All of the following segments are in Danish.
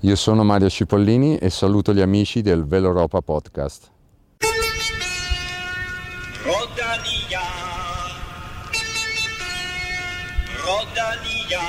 Io sono Mario Cipollini e saluto gli amici del Velo Europa Podcast. Rodania. Rodania.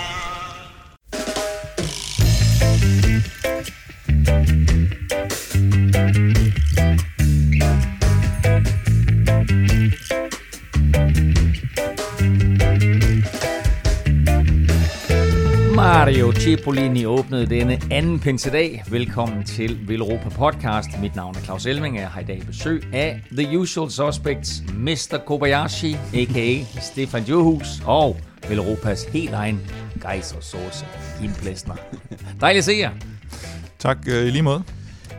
Mario Cipollini åbnede denne anden pinsedag. Velkommen til Velo Europa Podcast. Mit navn er Claus Elming, og jeg har i dag besøg af The Usual Suspects, Mr. Kobayashi, a.k.a. Stefan Johus, og Velo Europas helt egen gejsersauce, Kim Plesner. Dejligt at se jer. Tak i lige måde.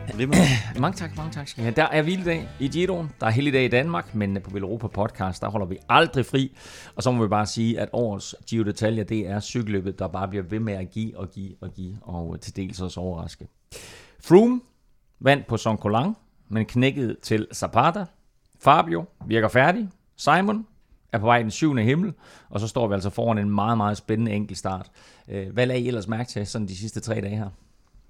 Mange tak skal I have. Der er hviledag i Giroen, der er helligdag i Danmark, men på Velo Europa Podcast, der holder vi aldrig fri. Og så må vi bare sige, at årets Giro d'Italia, det er cykelløbet, der bare bliver ved med at give, og til dels også overraske. Froome vandt på Saint-Colan, men knækkede til Zapata. Fabio virker færdig. Simon er på vej i den 7. himmel, og så står vi altså foran en meget, meget spændende enkeltstart. Hvad lagde I ellers mærke til sådan de sidste 3 dage her?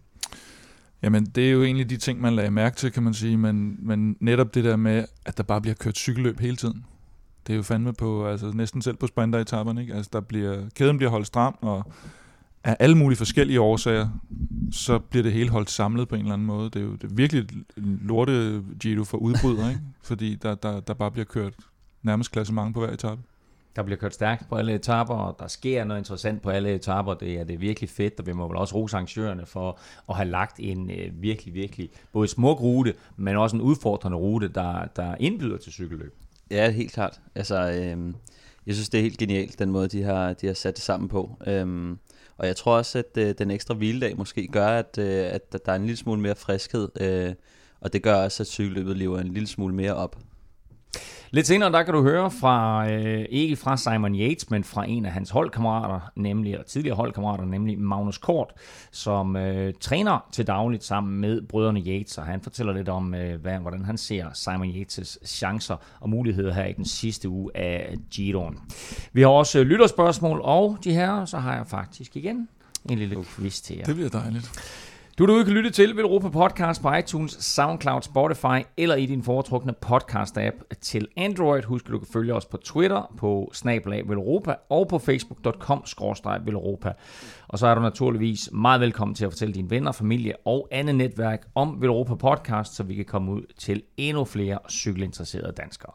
Jamen, det er jo egentlig de ting, man lagde mærke til, kan man sige, men netop det der med, at der bare bliver kørt cykelløb hele tiden. Det er jo fandme på, altså næsten selv på sprinteretaperne, ikke? Altså kæden bliver holdt stram, og af alle mulige forskellige årsager, så bliver det hele holdt samlet på en eller anden måde. Det er jo virkelig en lorte Giro for udbrydere, ikke? Fordi der bare bliver kørt nærmest klassement på hver etape. Der bliver kørt stærkt på alle etaper, og der sker noget interessant på alle etaper. Det er virkelig fedt, og vi må vel også rose arrangørerne for at have lagt en virkelig både smuk rute, men også en udfordrende rute, der indbyder til cykelløb. Ja, helt klart. Altså, jeg synes, det er helt genialt, den måde, de har sat det sammen på. Og jeg tror også, at den ekstra hviledag måske gør, at der er en lille smule mere friskhed, og det gør også, at cykelløbet lever en lille smule mere op. Lidt senere, der kan du høre fra, ikke fra Simon Yates, men fra en af hans holdkammerater, eller tidligere holdkammerater, nemlig Magnus Kort, som træner til dagligt sammen med brødrene Yates, og han fortæller lidt om, hvordan han ser Simon Yates' chancer og muligheder her i den sidste uge af Giroen. Vi har også lytterspørgsmål, og de her, så har jeg faktisk igen en lille quiz til jer. Det bliver dejligt. Du derude kan lytte til Velo Europa Podcast på iTunes, SoundCloud, Spotify eller i din foretrukne podcast-app til Android. Husk, at du kan følge os på Twitter, på @VeloEuropa og på Facebook.com/VeloEuropa. Og så er du naturligvis meget velkommen til at fortælle dine venner, familie og andet netværk om Velo Europa Podcast, så vi kan komme ud til endnu flere cykelinteresserede danskere.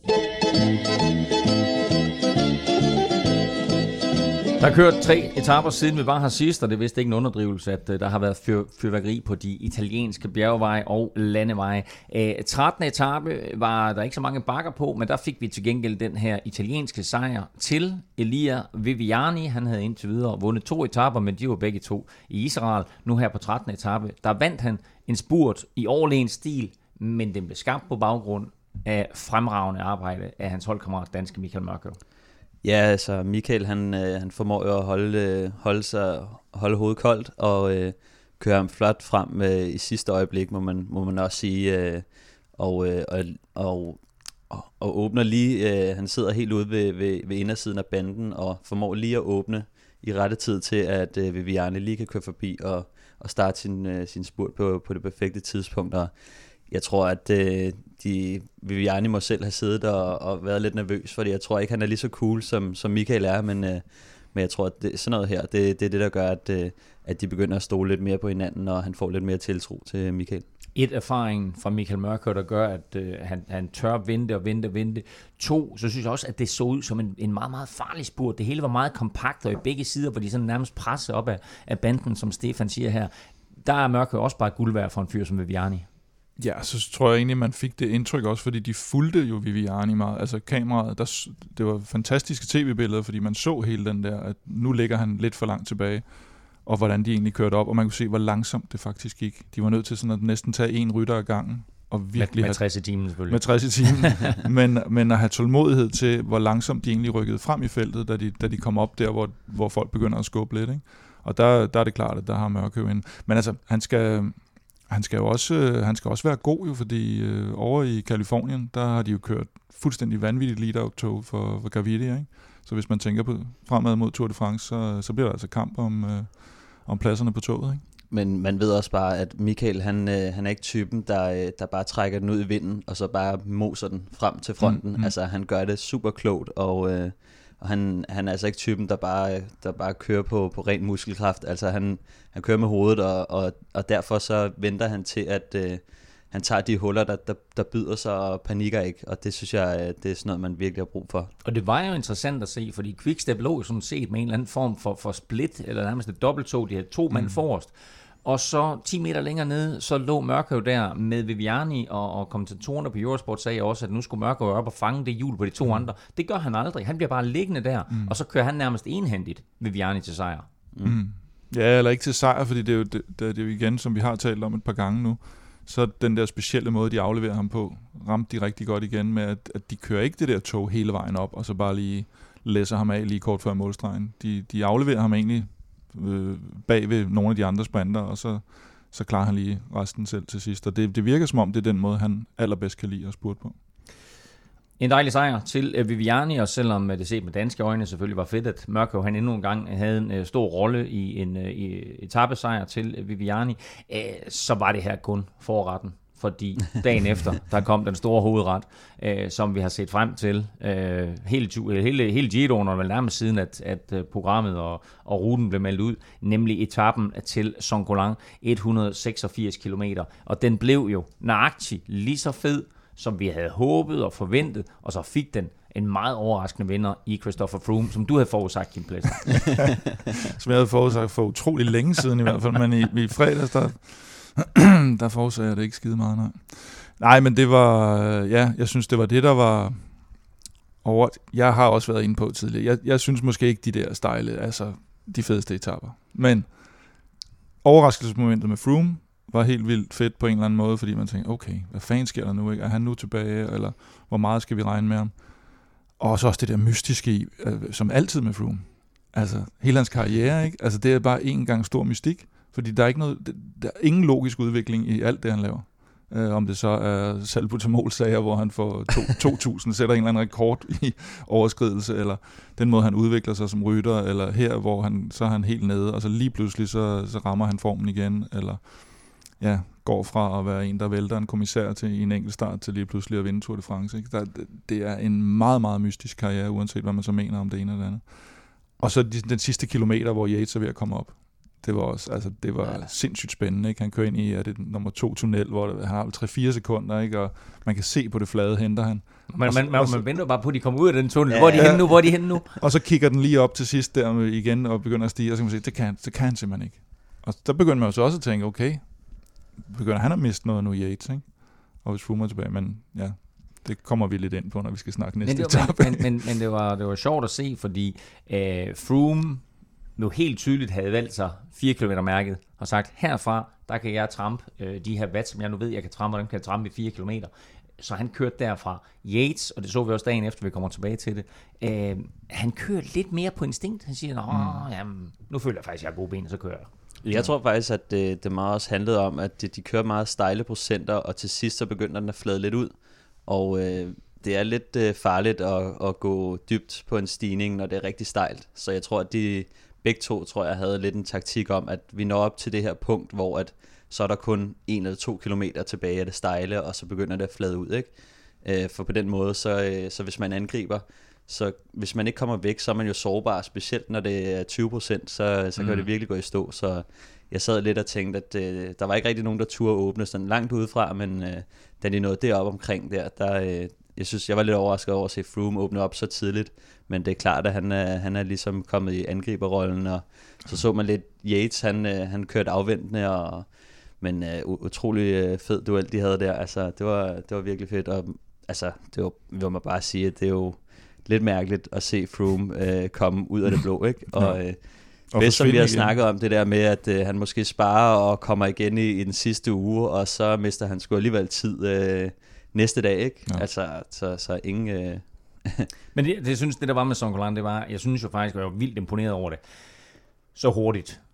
Der har kørt 3 etaper siden vi var her sidst, og det er vist ikke en underdrivelse, at der har været fyrværkeri på de italienske bjergveje og landeveje. 13. etape var der ikke så mange bakker på, men der fik vi til gengæld den her italienske sejr til Elia Viviani. Han havde indtil videre vundet 2 etaper, men de var begge 2 i Israel. Nu her på 13. etape, der vandt han en spurt i overlegen stil, men den blev skabt på baggrund af fremragende arbejde af hans holdkammerat danske Michael Mørkøv. Ja, altså Michael, han formår jo at holde hovedet koldt og køre ham flot frem i sidste øjeblik, må man også sige, og åbner lige, han sidder helt ude ved indersiden af banden og formår lige at åbne i rette tid til, at Viviani lige kan køre forbi og starte sin spurt på det perfekte tidspunkt. Og jeg tror, at Viviani må selv have siddet og været lidt nervøs, fordi jeg tror ikke, han er lige så cool, som Michael er, men jeg tror, at sådan noget her, det er det, der gør, at de begynder at stole lidt mere på hinanden, og han får lidt mere tiltro til Michael. Et erfaringen fra Michael Mørkøv, der gør, at han tør vente. 2, så synes jeg også, at det så ud som en meget, meget farlig spurt. Det hele var meget kompakt, og i begge sider, hvor de sådan nærmest presser op af banden, som Stefan siger her. Der er Mørkøv også bare guld værd for en fyr som Viviani. Ja, så tror jeg egentlig, man fik det indtryk også, fordi de fulgte jo Viviani meget. Altså kameraet, det var fantastiske tv-billeder, fordi man så hele den der, at nu ligger han lidt for langt tilbage, og hvordan de egentlig kørte op, og man kunne se, hvor langsomt det faktisk gik. De var nødt til sådan at næsten tage 1 rytter ad gangen. Og virkelig med 60 i timen selvfølgelig. Med 60 i timen, men at have tålmodighed til, hvor langsomt de egentlig rykkede frem i feltet, da de kom op der, hvor folk begynder at skubbe lidt, ikke? Og der er det klart, at der har Mørkøv ind. Men altså, han skal også være god jo, fordi over i Kalifornien, der har de jo kørt fuldstændig vanvittigt lead-out-tog for Gaviria, ikke? Så hvis man tænker på fremad mod Tour de France, så bliver der altså kamp om pladserne på toget, ikke? Men man ved også bare, at Michael, han er ikke typen, der bare trækker den ud i vinden, og så bare moser den frem til fronten. Altså, han gør det super klogt, og han er altså ikke typen, der bare kører på ren muskelkraft. Altså, han kører med hovedet, og derfor så venter han til, at han tager de huller, der byder sig og panikker ikke, og det synes jeg, det er sådan noget, man virkelig har brug for. Og det var jo interessant at se, fordi Quickstep lå jo sådan set med en eller anden form for split, eller nærmest et dobbelttog, de havde 2 mand forrest, og så 10 meter længere nede, så lå Mørkøv der med Viviani, og kommentatorerne på Eurosport sagde også, at nu skulle Mørkøv op og fange det hjul på de 2 andre. Det gør han aldrig, han bliver bare liggende der, og så kører han nærmest enhændigt Viviani til sejr. Ja, eller ikke til sejr, fordi det er jo igen, som vi har talt om et par gange nu, så den der specielle måde, de afleverer ham på, ramte de rigtig godt igen med, at de kører ikke det der tog hele vejen op, og så bare lige læser ham af lige kort før målstregen. De afleverer ham egentlig bag ved nogle af de andre sprinter, og så klarer han lige resten selv til sidst. Og det virker som om, det er den måde, han allerbedst kan lide at spurte på. En dejlig sejr til Viviani, og selvom det set med danske øjne selvfølgelig var fedt, at Mørkøv han endnu en gang havde en stor rolle i en etapesejr til Viviani, så var det her kun forretten. Fordi dagen efter, der kom den store hovedret, som vi har set frem til hele Giroen, og vel nærmest siden, at programmet og ruten blev meldt ud, nemlig etappen til Soncolan, 186 kilometer. Og den blev jo nøjagtigt lige så fed, som vi havde håbet og forventet, og så fik den en meget overraskende vinder i Christopher Froome, som du havde forudsagt, Kim Plesner. Som jeg havde forudsagt for utrolig længe siden i hvert fald, men i fredags, der forudsagde jeg det ikke skide meget, nej, men det var, jeg synes, det var det, der var over. Jeg har også været inde på tidligere. Jeg synes måske ikke, de der stejle, altså de fedeste etaper. Men overraskelsesmomentet med Froome var helt vildt fedt på en eller anden måde, fordi man tænkte, okay, hvad fanden sker der nu, ikke? Er han nu tilbage, eller hvor meget skal vi regne med ham? Og så også det der mystiske i, som altid med Froome. Altså, hele hans karriere, ikke? Altså, det er bare en gang stor mystik, fordi der er ingen logisk udvikling i alt det, han laver. Om det så er salbutamol-sager, hvor han får 2.000, sætter en eller anden rekord i overskridelse, eller den måde, han udvikler sig som rytter, eller her, hvor så er han helt nede, og så lige pludselig, så rammer han formen igen, eller går fra at være en, der vælter en kommissær til en enkelt start, til lige pludselig at vinde Tour de France. Ikke? Det er en meget, meget mystisk karriere, uanset hvad man så mener om det ene eller det andet. Og så den sidste kilometer, hvor Yates er ved at komme op. Det var også, altså det var sindssygt spændende, ikke? Han kører ind i nummer 2 tunnel, hvor han har 3-4 sekunder, ikke? Og man kan se på det flade, henter han. Man venter bare på, at de kommer ud af den tunnel. Hvor er de henne nu? Og så kigger den lige op til sidst der igen, og begynder at stige, og så kan man se, det kan han simpelthen ikke. Og der begynder man jo så også at tænke, okay, begynder han at miste noget nu i Yates, ikke? Og hvis Froome er tilbage, men ja, det kommer vi lidt ind på, når vi skal snakke næste etape. Men det var sjovt at se, fordi Froome nu helt tydeligt havde valgt sig 4 km mærket og sagt, herfra, der kan jeg trampe de her watt, som jeg nu ved, jeg kan trampe, og dem kan jeg trampe i 4 km. Så han kørte derfra. Yates, og det så vi også dagen efter, vi kommer tilbage til det, han kører lidt mere på instinkt. Han siger, jamen, nu føler jeg faktisk, at jeg har gode ben, så kører jeg. Jeg tror faktisk, at det meget også handlede om, at de kører meget stejle procenter, og til sidst så begynder den at flade lidt ud. Og det er lidt farligt at gå dybt på en stigning, når det er rigtig stejlt. Så jeg tror, at begge to, havde lidt en taktik om, at vi når op til det her punkt, hvor så er der kun 1 eller 2 kilometer tilbage af det stejle, og så begynder det at flade ud, ikke? For på den måde, så hvis man angriber, så hvis man ikke kommer væk, så er man jo sårbar, specielt når det er 20%, så kan det virkelig gå i stå. Så jeg sad lidt og tænkte, at der var ikke rigtig nogen, der turde åbne sådan langt udefra, men da de nåede deroppe omkring der jeg synes, jeg var lidt overrasket over at se Froome åbne op så tidligt, men det er klart, at han er ligesom kommet i angriberrollen, og så man lidt Yates, han kørte afventende, men utrolig fed duel, de havde der. Altså, det var virkelig fedt, og altså, det vil man bare sige, at det er jo lidt mærkeligt at se Froome komme ud af det blå, ikke? Og bedst som vi har snakket om det der med, at han måske sparer og kommer igen i den sidste uge, og så mister han sgu alligevel tid næste dag, ikke? Ja. Altså, så ingen... Men det synes det der var med Soncolan, det var, jeg synes jo faktisk, at jeg var vildt imponeret over det. Så hurtigt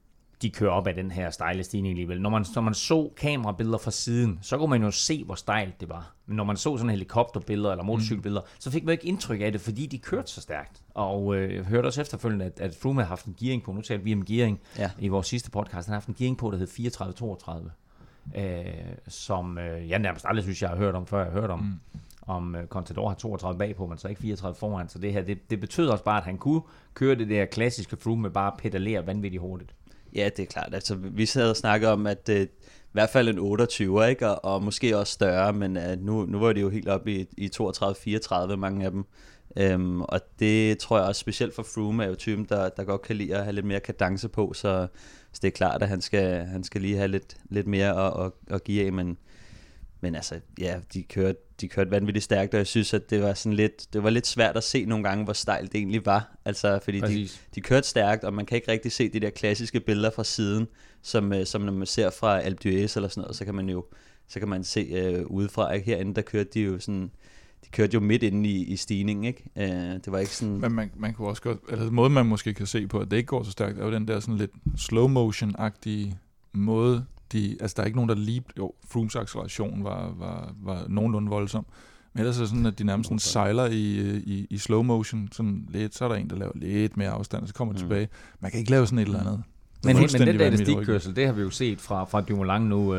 de kører op af den her stejle stigning alligevel. Når man så kamerabilleder fra siden, så kunne man jo se, hvor stejlt det var. Men når man så sådan helikopterbilleder eller motorcykelbilleder, så fik man ikke indtryk af det, fordi de kørte så stærkt. Og hørte også efterfølgende, at Froome havde haft en gearing på. Nu talte vi om gearing i vores sidste podcast. Han har haft en gearing på, der hed 34-32. Som jeg nærmest aldrig synes, jeg har hørt om, før jeg har hørt om Contador har 32 bagpå, men så ikke 34 foran. Så det her, det betød også bare, at han kunne køre det der klassiske Froome med bare pedalere vanvittigt hurtigt. Ja, det er klart. Altså, vi havde og snakket om, at i hvert fald en 28, ikke? Og måske også større, men nu var det jo helt oppe i 32-34, mange af dem. Og det tror jeg også specielt for Froome er jo typen, der godt kan lide at have lidt mere kadence på, så det er klart, at han skal lige have lidt mere at give af, men altså, ja, de kørte vanvittigt stærkt, og jeg synes, at det var lidt svært at se nogle gange, hvor stejlt det egentlig var. Altså, fordi de kørte stærkt, og man kan ikke rigtig se de der klassiske billeder fra siden, som når man ser fra Alpe d'Huez eller sådan noget, så kan man se udefra, ikke? Herinde, der kørte de jo sådan, de kørte jo midt inde i stigningen, ikke? Det var ikke sådan... Men man kunne også godt, eller den måde, man måske kan se på, at det ikke går så stærkt, er jo den der sådan lidt slow motion-agtige måde. Altså, der er ikke nogen, der lige... Jo, Froomes acceleration var nogenlunde voldsom. Men ellers er det sådan, at de nærmest sådan sejler i slow motion. Sådan lidt, så er der en, der laver lidt mere afstand, og så kommer tilbage. Man kan ikke lave sådan et eller andet. Men den der elastikkørsel, det har vi jo set fra Dumoulin nu,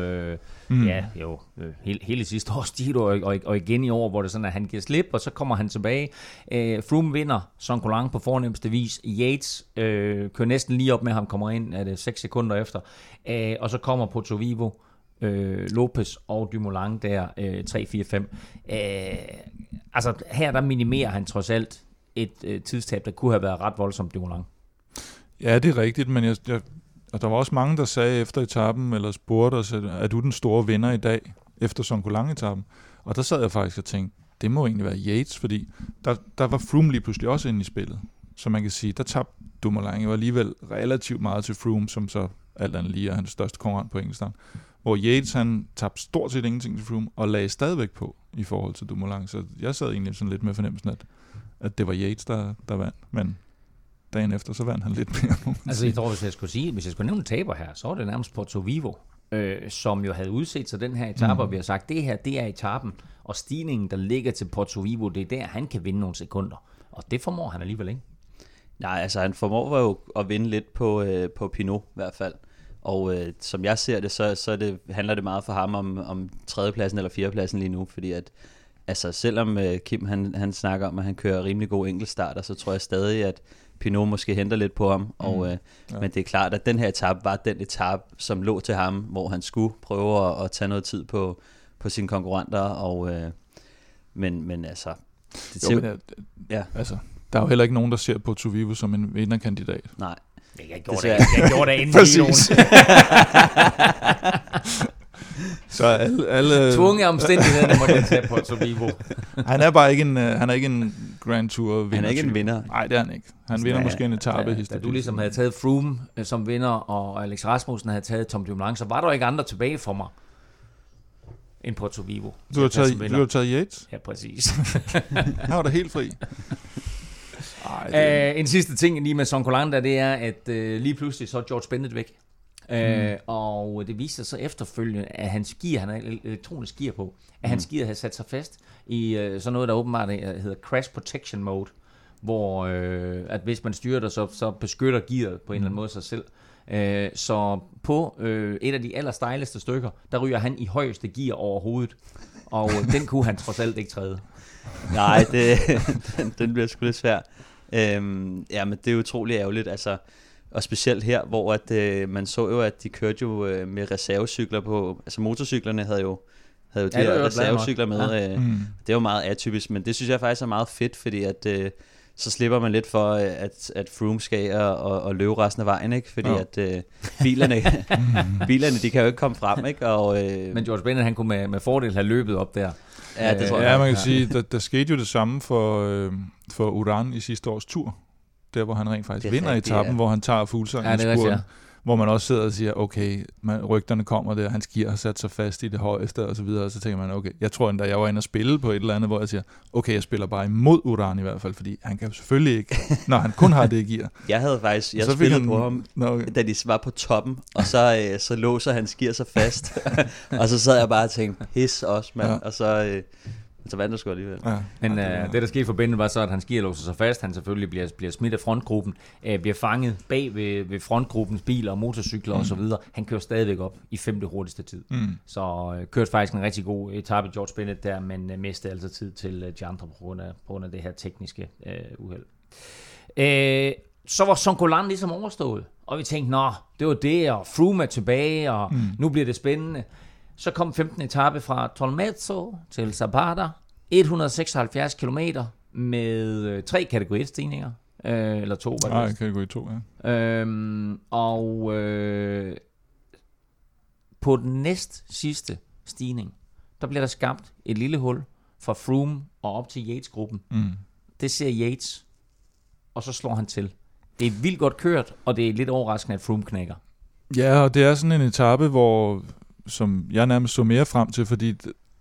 hele sidste års Giro, og igen i år, hvor det sådan, at han giver slip, og så kommer han tilbage. Froome vinder Soncolan på fornemmeste vis. Yates kører næsten lige op med ham, kommer ind, er det 6 sekunder efter. Og så kommer Porto Vivo, Lopez og Dumoulin der 3-4-5. Altså her der minimerer han trods alt et tidstab, der kunne have været ret voldsomt Dumoulin. Ja, det er rigtigt, men og der var også mange, der sagde efter etappen, eller spurgte os, er du den store vinder i dag, efter Soncolan-etappen? Og der sad jeg faktisk og tænkte, det må egentlig være Yates, fordi der var Froome lige pludselig også inde i spillet. Så man kan sige, der tabte Dumoulin jo alligevel relativt meget til Froome, som så alt andet lige er hans største konkurrent på enkeltstart. Hvor Yates, han tabte stort set ingenting til Froome, og lagde stadigvæk på i forhold til Dumoulin. Så jeg sad egentlig sådan lidt med fornemmelsen, at det var Yates, der vandt, men dagen efter, så vandt han lidt mere. Altså jeg tror, hvis jeg skulle nævne en taber her, så var det nærmest Porto Vivo, som jo havde udset sig den her etape, og vi har sagt, det her, det er etappen, og stigningen, der ligger til Porto Vivo, det er der, han kan vinde nogle sekunder. Og det formår han alligevel ikke. Nej, altså han formår jo at vinde lidt på Pinot i hvert fald. Og som jeg ser det, så handler det meget for ham om tredjepladsen eller fjerdepladsen lige nu, fordi at altså selvom Kim han snakker om, at han kører rimelig god enkeltstarter, så tror jeg stadig, at Pinot måske henter lidt på ham, men det er klart, at den her etape var den etape, som lå til ham, hvor han skulle prøve at tage noget tid på sine konkurrenter, og men altså... Altså, der er jo heller ikke nogen, der ser på Porto Vivo som en vinderkandidat. Nej. Jeg gjorde det inden Præcis. Så alle tvunget omstændighederne må den tage Porto Vivo. Han er bare ikke en Grand Tour vinder. Han er ikke en vinder. Nej, det er han ikke. Han vinder måske en etape. Da du ligesom havde taget Froome som vinder, og Alex Rasmussen havde taget Tom Dumoulin, så var der ikke andre tilbage for mig end Porto Vivo. Du har taget Yates? Ja, præcis. Han var da helt fri. En sidste ting lige med Soncolan, det er, at lige pludselig så er George Bennett væk. Og det viser sig så efterfølgende, at hans gear, han har elektronisk gear på, at hans gear havde sat sig fast i sådan noget, der åbenbart hedder Crash Protection Mode, hvor at hvis man styrer det, så beskytter gearet på en eller anden måde sig selv. Så på et af de allerstejligste stykker, der ryger han i højeste gear overhovedet, og den kunne han trods alt ikke træde. Nej, den bliver sgu lidt svær. Men det er utroligt ærgerligt, altså. Og specielt her, hvor at, man så jo, at de kørte jo med reservecykler på, altså motorcyklerne havde jo de her reservecykler med. Det er jo meget atypisk, men det synes jeg faktisk er meget fedt, fordi at så slipper man lidt for, at Froome skal og løbe resten af vejen, ikke? Fordi at bilerne, de kan jo ikke komme frem, ikke? Og, men George Bennett, han kunne med fordel have løbet op der. Ja, det tror jeg. Ja, man kan sige, der skete jo det samme for Uran i sidste års tur. Der, hvor han rent faktisk vinder etappen, hvor han tager Fuglsang i spurten. hvor man også sidder og siger, okay, rygterne kommer der, hans gear har sat sig fast i det højeste, og så videre, og så tænker man, okay, jeg tror endda, jeg var inde og spille på et eller andet, hvor jeg siger, okay, jeg spiller bare imod Uran i hvert fald, fordi han kan jo selvfølgelig ikke, når han kun har det gear. Jeg havde faktisk, jeg spillede på ham, da de var på toppen, og så låser hans gear sig fast, og så sad jeg bare og tænkte, pis også, mand, og så vandt du sgu alligevel. Ja. Men det, der skete for Bennett, var så, at hans gear låser sig fast. Han selvfølgelig bliver smidt af frontgruppen, bliver fanget bag ved frontgruppens biler og motorcykler og så videre. Han kører stadigvæk op i 5. hurtigste tid. Så kørte faktisk en rigtig god etape, George Bennett der, men mistede altså tid til de andre på grund af det her tekniske uheld. Så var Soncolan ligesom overstået, og vi tænkte, nå, det var det, og Froome er tilbage, og nu bliver det spændende. Så kom 15. etape fra Tolmezzo til Zapata, 176 kilometer med 3 kategori 1-stigninger, eller 2. Nej, kategori 2, ja. På den næst sidste stigning, der bliver der skabt et lille hul fra Froome og op til Yates-gruppen. Det ser Yates, og så slår han til. Det er vildt godt kørt, og det er lidt overraskende, at Froome knækker. Ja, og det er sådan en etape, som jeg nærmest så mere frem til, fordi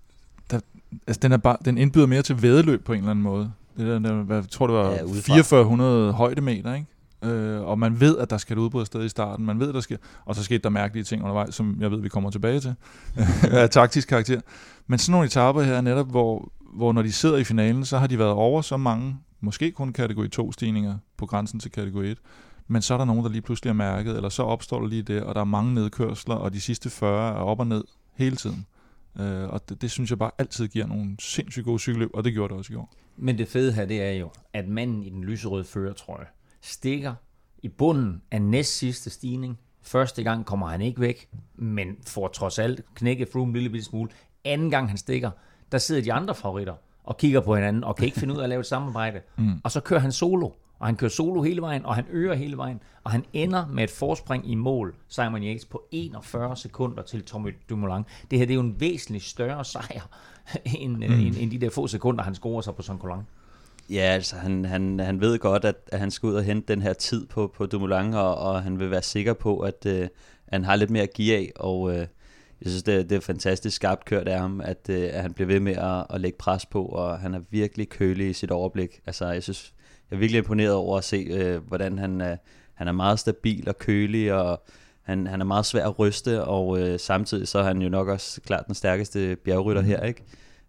den indbyder mere til væddeløb på en eller anden måde. Jeg tror, det var 4400 højdemeter, ikke? Og man ved, at der skal et udbrud sted i starten. Man ved, der skal, og så skete der mærkelige ting undervejs, som jeg ved, vi kommer tilbage til, af taktisk karakter. Men sådan nogle etaper her netop, hvor når de sidder i finalen, så har de været over så mange, måske kun kategori 2-stigninger på grænsen til kategori 1, men så er der nogen, der lige pludselig er mærket, eller så opstår der lige det, og der er mange nedkørsler, og de sidste 40 er op og ned hele tiden. Og det synes jeg bare altid giver nogle sindssygt gode cykelløb, og det gjorde det også i år. Men det fede her, det er jo, at manden i den lyserøde førertrøje stikker i bunden af næst sidste stigning. Første gang kommer han ikke væk, men får trods alt knækket Froome en lille bitte smule. Anden gang han stikker, der sidder de andre favoritter og kigger på hinanden, og kan ikke finde ud af at lave et samarbejde. Og så kører han solo. Og han kører solo hele vejen, og han øger hele vejen, og han ender med et forspring i mål, Simon Yates, på 41 sekunder til Tommy Dumoulin. Det her, det er jo en væsentligt større sejr, end de der få sekunder, han scorer sig på Soncolan. Ja, altså han ved godt, at han skal ud og hente den her tid på Dumoulin, og han vil være sikker på, at han har lidt mere at give af, og jeg synes, det er fantastisk skarpt kørt af ham, at han bliver ved med at lægge pres på, og han er virkelig kølig i sit overblik. Altså, jeg synes, jeg er virkelig imponeret over at se, hvordan han er meget stabil og kølig, og han er meget svær at ryste, og samtidig så er han jo nok også klart den stærkeste bjergrytter her, ikke?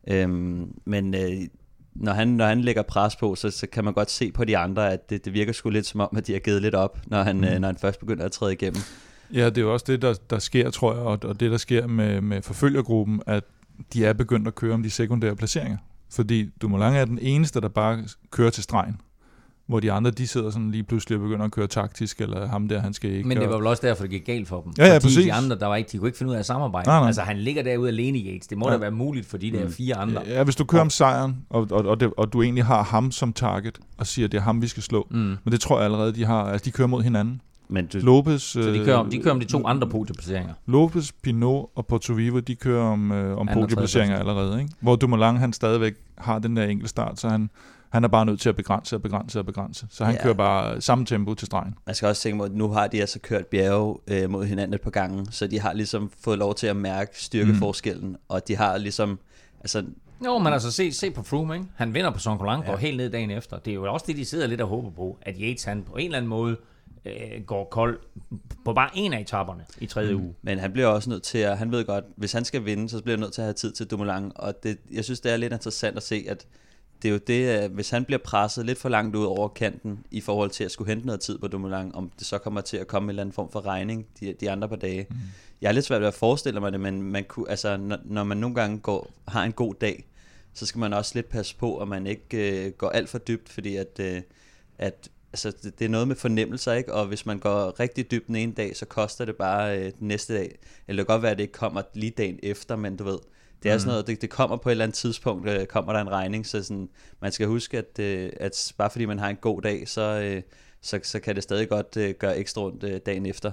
Men når han lægger pres på, så kan man godt se på de andre, at det virker sgu lidt som om, at de har givet lidt op, når han først begynder at træde igennem. Ja, det er jo også det, der sker, tror jeg, og det, der sker med forfølgergruppen, at de er begyndt at køre om de sekundære placeringer. Fordi Dumoulin er den eneste, der bare kører til stregen. Hvor de andre, de sidder sådan lige pludselig og begynder at køre taktisk, eller ham der, han skal ikke. Men det var vel også derfor, det gik galt for dem. Ja, fordi de andre, de kunne ikke finde ud af at samarbejde. Nej. Altså, han ligger derude alene i Yates. Det må da være muligt for de der 4 andre. Ja, hvis du kører om sejren, og du egentlig har ham som target, og siger, at det er ham, vi skal slå. Men det tror jeg allerede, de har. Altså, de kører mod hinanden. Men Lopez, så de kører om de 2 andre podieplaceringer. Lopez, Pinot og Porto-Vivo, de kører om podieplaceringer allerede, ikke? Hvor Dumoulin, han stadigvæk har den der enkelte start, så han er bare nødt til at begrænse. Så han kører bare samme tempo til stregen. Man skal også tænke på, at nu har de altså kørt bjerge mod hinanden et par gange, så de har ligesom fået lov til at mærke styrkeforskellen, og de har ligesom... Altså, jo, men altså se på Froome, ikke? Han vinder på Soncolan, går helt ned dagen efter. Det er jo også det, de sidder lidt og håber på, at Yates, han på en eller anden måde går kold på bare en af etaperne i 3. uge. Men han bliver også nødt til at... Han ved godt, hvis han skal vinde, så bliver han nødt til at have tid til Dumoulin, og jeg synes, det er lidt interessant at se, at det er jo det, hvis han bliver presset lidt for langt ud over kanten i forhold til at skulle hente noget tid på Dumoulin, om det så kommer til at komme en eller anden form for regning de andre par dage. Jeg er lidt svært ved at forestille mig det, men man kunne, altså, når man nogle gange har en god dag, så skal man også lidt passe på, at man ikke går alt for dybt, fordi at altså, det er noget med fornemmelser, ikke? Og hvis man går rigtig dybt den ene dag, så koster det bare den næste dag. Eller det kan godt være, at det ikke kommer lige dagen efter, men du ved, det er sådan noget, det kommer på et eller andet tidspunkt, kommer der en regning, så sådan, man skal huske, at bare fordi man har en god dag, så kan det stadig godt gøre ekstra ondt dagen efter.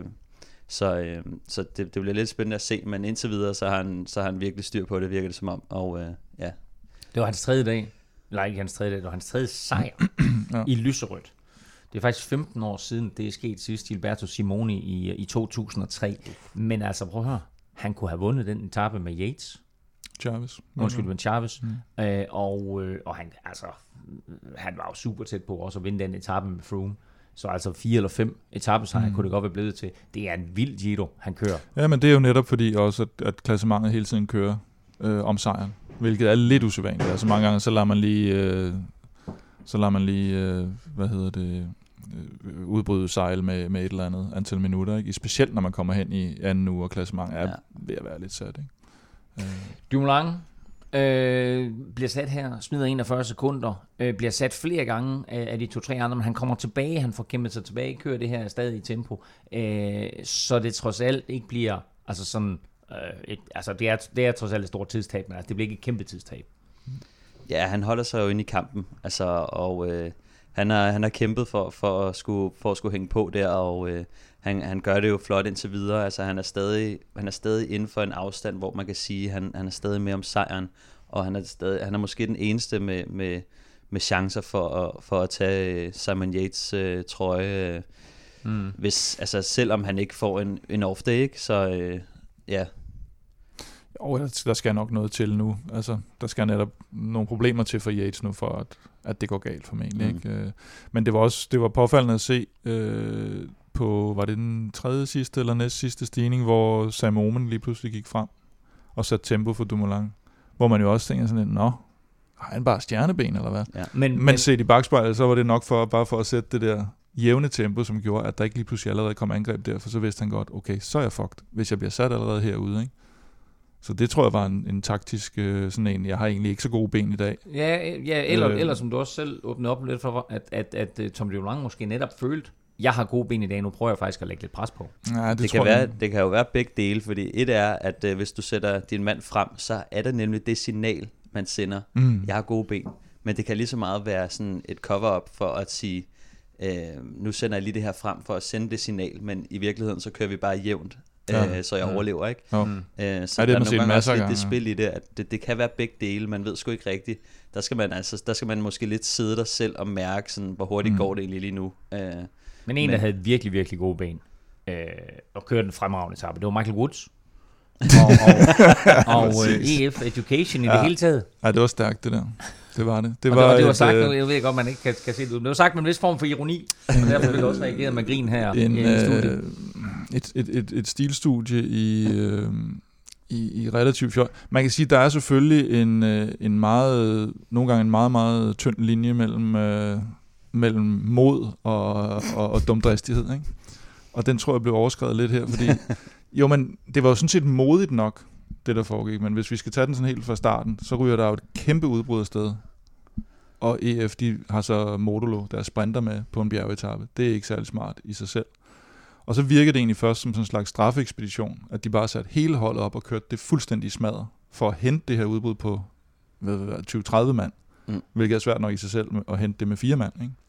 Så det bliver lidt spændende at se, men indtil videre, så har han virkelig styr på det, virker det som om. Og ja. Det var hans 3. dag. Nej, ikke hans 3. dag, det var hans 3. sejr i lyserødt. Det er faktisk 15 år siden, det er sket sidst, Gilberto Simoni i 2003. Men altså, prøv at høre, han kunne have vundet den etape med Yates. Chavez. Undskyld, Chavez. Og han var jo super tæt på også at vinde den etape med Froome. Så altså 4 eller 5 etapesejre kunne det godt være blevet til. Det er en vild Giro, han kører. Ja, men det er jo netop fordi også, at klassementet hele tiden kører om sejren. Hvilket er lidt usædvanligt. Altså mange gange, så lader man lige, udbryde sejl med et eller andet antal minutter. Ikke? Specielt når man kommer hen i anden uge, og klassementet er ved at være lidt sat. Ikke? Dumoulin bliver sat her, smider 41 sekunder, bliver sat flere gange af de 2-3 andre, men han kommer tilbage, han får kæmpet sig tilbage, kører det her stadig i tempo, så det trods alt ikke bliver, altså sådan, det er trods alt et stort tidstab, men altså, det bliver ikke et kæmpe tidstab. Ja, han holder sig jo inde i kampen, altså, og han har kæmpet for at skulle hænge på der, og han gør det jo flot indtil videre. Altså han er stadig inden for en afstand, hvor man kan sige, han er stadig med om sejren, og han er måske den eneste med chancer for at tage Simon Yates trøje, hvis, altså selvom han ikke får en off day, ikke? Så ja. Der skal nok noget til nu. Altså, der skal netop nogle problemer til for Yates nu, for at det går galt formentlig. Ikke? Men det var påfaldende at se på, var det den tredje sidste eller næst sidste stigning, hvor Sam Oomen lige pludselig gik frem og satte tempo for Dumoulin. Hvor man jo også tænker sådan lidt, har han bare stjerneben eller hvad? Ja. Men set i bagspejlet, så var det nok bare for at sætte det der jævne tempo, som gjorde, at der ikke lige pludselig allerede kom angreb der, for så vidste han godt, okay, så er jeg fucked, hvis jeg bliver sat allerede herude, ikke? Så det tror jeg var en taktisk sådan en, jeg har egentlig ikke så gode ben i dag. Ja, eller som du også selv åbnede op lidt for, at Tom Dumoulin måske netop følte, jeg har gode ben i dag, nu prøver jeg faktisk at lægge lidt pres på. Ja, det kan jo være begge dele, fordi et er, at hvis du sætter din mand frem, så er det nemlig det signal, man sender, jeg har gode ben. Men det kan lige så meget være sådan et cover-up for at sige, nu sender jeg lige det her frem for at sende det signal, men i virkeligheden så kører vi bare jævnt. Så jeg overlever, ikke? Så der er nogle gange også lidt det spil i det, at det kan være begge dele, man ved sgu ikke rigtigt. Der skal man måske lidt sidde der selv og mærke, sådan, hvor hurtigt går det egentlig lige nu. Men der havde virkelig, virkelig gode ben, og kørte den fremragende etape, det var Michael Woods. og EF Education i det hele taget. Ja, det var stærkt det der. Det var det. Det var sagt, jeg ved godt, man ikke kan se det ud, men det var sagt med en vis form for ironi, og derfor ville jeg også reagere med grin her i studiet. Et stilstudie i relativt fjol. Man kan sige, der er selvfølgelig nogle gange en meget, meget tynd linje mellem mod og dumdristighed, ikke? Og den tror jeg blev overskredet lidt her, fordi jo, men det var jo sådan set modigt nok, det der foregik, men hvis vi skal tage den sådan helt fra starten, så ryger der jo et kæmpe udbrud afsted. Og EF, de har så Modulo, der sprinter med på en bjergetappe. Det er ikke særlig smart i sig selv. Og så virker det egentlig først som sådan en slags straffeekspedition, at de bare satte hele holdet op og kørte det fuldstændig smadret, for at hente det her udbrud på 20-30 mand, hvilket er svært nok i sig selv at hente det med 4 mand, ikke?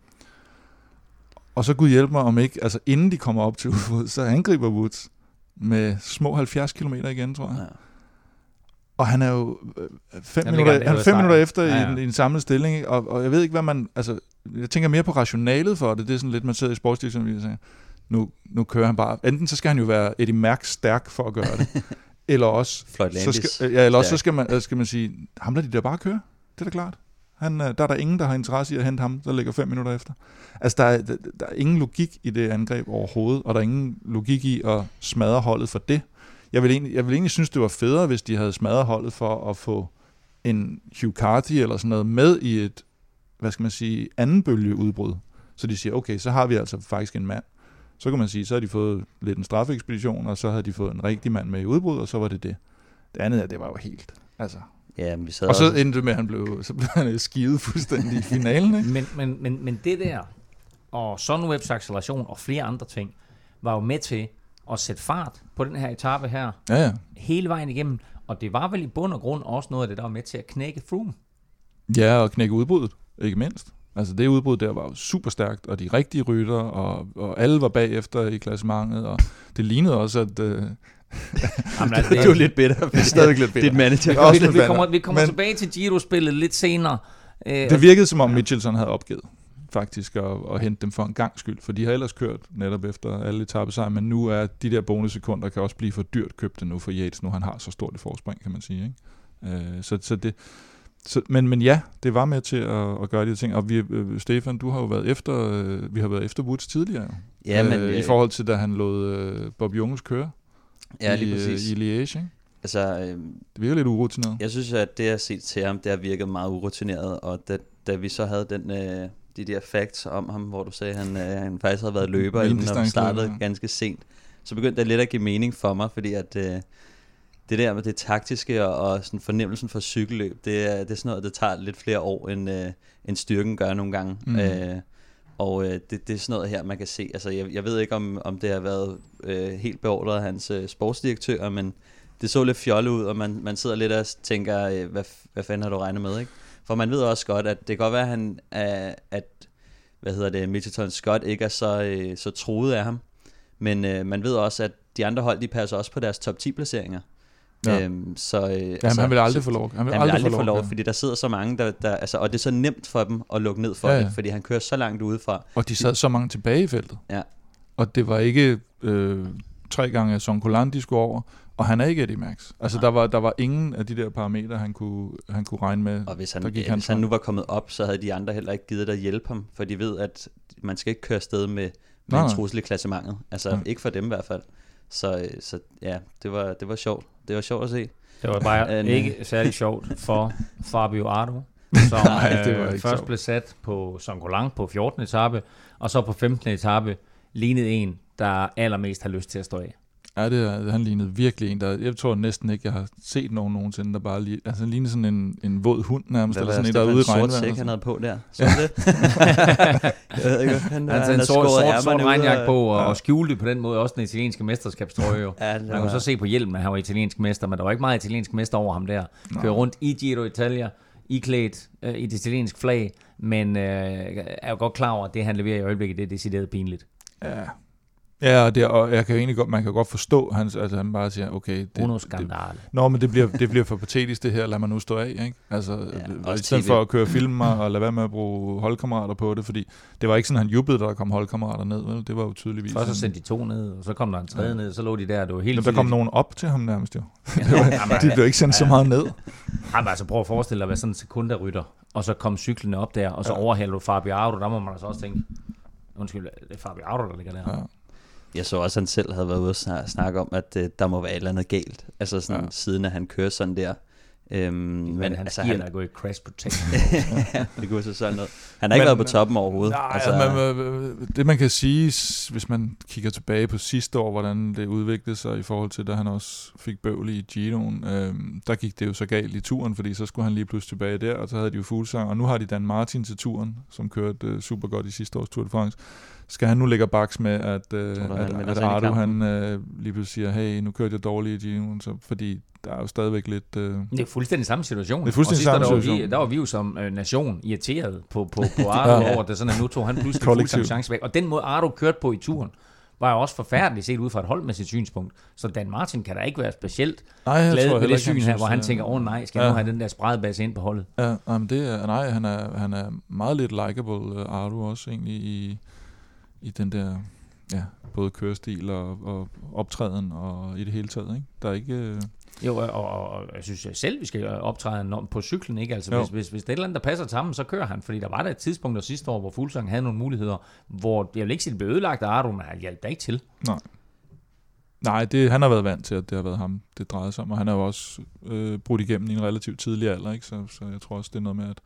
Og så Gud hjælpe mig om ikke, altså inden de kommer op til udbrud, så angriber Woods med små 70 km igen, tror jeg. Ja. Og han er jo 5 minutter efter i en samlet stilling, ikke? Og jeg ved ikke, hvad man, altså, jeg tænker mere på rationalet for det. Det er sådan lidt, man sidder i sportsdirektionen og siger, nu kører han bare. Enten så skal han jo være Eddie Merckx stærk for at gøre det, eller også så skal man sige, ham lader de der bare køre. Det er da klart. Der er der ingen, der har interesse i at hente ham, der ligger 5 minutter efter. Altså, der er ingen logik i det angreb overhovedet, og der er ingen logik i at smadre holdet for det. Jeg vil egentlig synes, det var federe, hvis de havde smadret holdet for at få en Hugh Carty eller sådan noget med i et, anden bølgeudbrud. Så de siger, okay, så har vi altså faktisk en mand. Så kan man sige, så har de fået lidt en straffeekspedition, og så havde de fået en rigtig mand med i udbrud, og så var det det. Det andet, det var jo helt, altså. Ja, vi sad og så endte det med, at så blev han skivet fuldstændig i finalen, ikke? Men det der, og Sunwebs acceleration og flere andre ting, var jo med til at sætte fart på den her etape her, hele vejen igennem, og det var vel i bund og grund også noget af det, der var med til at knække Froome. Ja, og knække udbruddet, ikke mindst. Altså det udbrud der var jo super stærkt, og de rigtige rytter, og alle var bagefter i klassementet, og det lignede også, at Jamen, altså, det er jo lidt bitter. Det er stadig lidt bitter. Det manager. Vi kommer tilbage til Giro-spillet lidt senere. Det virkede som om Mitchelson havde opgivet. faktisk at hente dem for en gang skyld, for de har ellers kørt netop efter alle etapesejr, men nu er de der bonussekunder kan også blive for dyrt købte nu for Yates, nu han har så stort et forspring, kan man sige, ikke? Men ja, det var med til at gøre de ting, og Stefan, du har jo været efter, vi har været efter Woods tidligere, ja, men, i forhold til da han lod Bob Jungels køre i Liège, ikke? Altså, det virker lidt urutineret. Jeg synes, at det, jeg har set til ham, det har virket meget urutineret, og da vi så havde de der facts om ham, hvor du sagde, at han faktisk havde været løber, inden han startede ganske sent, så begyndte det lidt at give mening for mig, fordi at det der med det taktiske og sådan fornemmelsen for cykelløb, det er sådan noget, det tager lidt flere år, end styrken gør nogle gange. Det er sådan noget her, man kan se. Altså, jeg ved ikke, om det har været helt beordret af hans sportsdirektør, men det så lidt fjollet ud, og man sidder lidt og tænker, hvad fanden har du regnet med, ikke? For man ved også godt, at det kan godt være, at Mitchelton Scott ikke er så truet af ham, men man ved også, at de andre hold, de passer også på deres top 10 placeringer. Ja. Han vil aldrig få lov. Han vil aldrig få lov, fordi der sidder så mange, der og det er så nemt for dem at lukke ned for det, fordi han kører så langt udefra. Og de sad så mange tilbage i feltet. Ja. Og det var ikke 3 gange Son Colan, de skulle over, og han er ikke Eddie Merckx. Altså der var ingen af de der parametre, han kunne regne med. Og hvis han nu var kommet op, så havde de andre heller ikke givet at hjælpe ham, for de ved, at man skal ikke køre afsted med en trussel i klassementet. Altså ikke for dem i hvert fald. Så ja, det var sjovt. Det var sjovt at se. Det var bare ikke særlig sjovt for Fabio Ardo, som først blev sat på Son Colan på 14. etape, og så på 15. etape lignede en, der allermest har lyst til at stå af. Ja, han lignede virkelig en, der, jeg tror næsten ikke, jeg har set nogen nogensinde, der bare altså han lignede sådan en våd hund nærmest, eller sådan en, der er ude i regnvejr. Hvad var det, han havde på der? Så det? Jeg ved ikke, han en sort regnjakke på, og skjulte på den måde også den italienske mesterskabstrøje. Man kunne så se på hjelmen, at han var italiensk mester, men der var ikke meget italiensk mester over ham der. Kører rundt i Giro Italia, iklædt i det italienske flag, men er jo godt klar over, at det han leverer i øjeblikket, det er decideret pinligt. Ja. Ja, og jeg kan jo egentlig godt, man kan godt forstå, han bare siger, okay, men det bliver for patetisk det her, lad mig nu stå af, ikke? Altså, i stedet for at køre filmer og lade være med at bruge holdkammerater på det, fordi det var ikke sådan, han jublede, da der kom holdkammerater ned, vel? Det var jo tydeligvis. Så sendte de 2 ned, og så kom der en 3 ned, så lå de der, det var helt. Men der kom nogen op til ham nærmest jo. De blev ikke sendt så meget ned. Jamen altså, prøv at forestille dig at være sådan en sekunderrytter, og så kom cyklerne op der, og så overhælder du Fabio Ardo, der må man altså også tænke, undskyld, det er Fabio Ardo, der ligger der. Ja. Jeg så også, at han selv havde været ude og snakke om, at der må være et eller andet galt. Altså sådan, siden at han kører sådan der. Men han skier, der går i crash protection. Ja, det kunne så sådan noget. Han har ikke været på toppen overhovedet. Nej, det man kan sige, hvis man kigger tilbage på sidste år, hvordan det udviklede sig i forhold til, da han også fik bøvl i Giroen, der gik det jo så galt i turen, fordi så skulle han lige pludselig tilbage der, og så havde de jo Fuglsang, og nu har de Dan Martin til turen, som kørte super godt i sidste års Tour de France. Skal han nu lægge baks med, at Ardo han lige pludselig siger, hey, nu kørte jeg dårligt i Giroen, fordi der er jo stadigvæk lidt. Det er fuldstændig samme situation. Det er fuldstændig samme situation. Der var vi jo som nation irriteret på Ardo over det, sådan at nu tog han pludselig fuldstændig chance væk. Og den måde Ardo kørte på i turen, var jo også forfærdeligt set ud fra et holdmæssigt synspunkt. Så Dan Martin kan da ikke være specielt glad ved det syn her, hvor han tænker, nej, skal jeg nu have den der spredebase ind på holdet? Ja, men han er meget lidt likable, Ardo også egentlig i den der, både kørestil og optræden og i det hele taget, ikke? Der er ikke. Jo, og jeg synes selv, vi skal optræde på cyklen, ikke? Altså, hvis det er et eller andet, der passer til ham, så kører han. Fordi der var der et tidspunkt der sidste år, hvor Fuglsang havde nogle muligheder, hvor jeg vil ikke sige, det blev ødelagt af Ardo, men han hjalp da ikke til. Nej, han har været vant til, at det har været ham, det drejede sig om, og han er jo også brudt igennem i en relativt tidlig alder, ikke? Så jeg tror også, det er noget med, at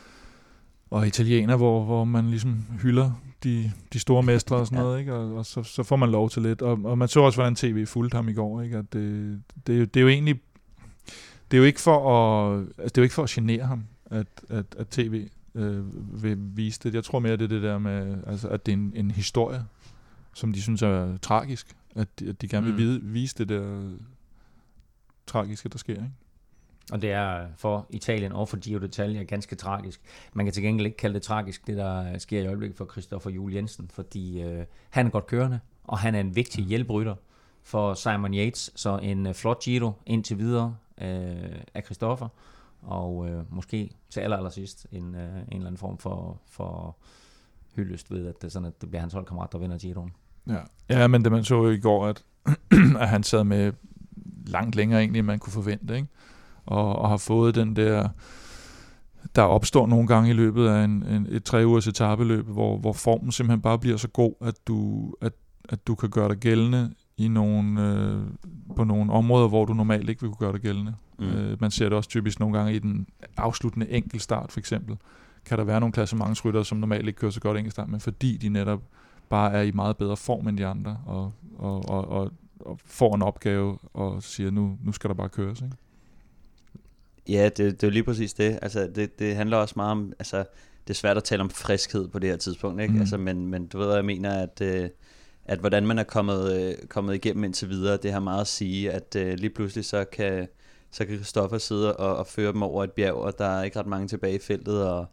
og italiener, hvor man ligesom hylder de store mestre og sådan noget, ikke? Og så får man lov til lidt. Og man så også, hvordan TV fulgte ham i går, ikke? At det er jo egentlig, det er jo ikke for at genere ham, at TV vil vise det. Jeg tror mere, det er det der med, altså, at det er en historie, som de synes er tragisk. At de gerne vil vise det der tragiske, der sker, ikke? Og det er for Italien og for Giro d'Italia ganske tragisk. Man kan til gengæld ikke kalde det tragisk, det der sker i øjeblikket for Christopher Juhl Jensen, fordi han er godt kørende, og han er en vigtig hjælperytter for Simon Yates, så en flot Giro indtil videre af Christopher, og måske til allersidst en eller anden form for hyldest ved, at det bliver hans holdkammerat, der vinder Giroen. Ja, men det man så jo i går, at han sad med langt længere egentlig, end man kunne forvente, ikke? Og har fået den der opstår nogle gange i løbet af et 3 ugers etapeløb, hvor formen simpelthen bare bliver så god, at du kan gøre dig gældende i på nogle områder, hvor du normalt ikke vil kunne gøre dig gældende. Man ser det også typisk nogle gange i den afsluttende enkeltstart, for eksempel. Kan der være nogle klassementsryttere, som normalt ikke kører så godt enkeltstart, men fordi de netop bare er i meget bedre form end de andre, og får en opgave, og siger, nu skal der bare køres, ikke? Ja, det er jo lige præcis det. Altså, det handler også meget om, altså, det er svært at tale om friskhed på det her tidspunkt, ikke? Altså, men du ved, hvad jeg mener, at hvordan man er kommet igennem indtil videre, det har meget at sige, at lige pludselig så kan Christopher sidde og føre dem over et bjerg, og der er ikke ret mange tilbage i feltet, og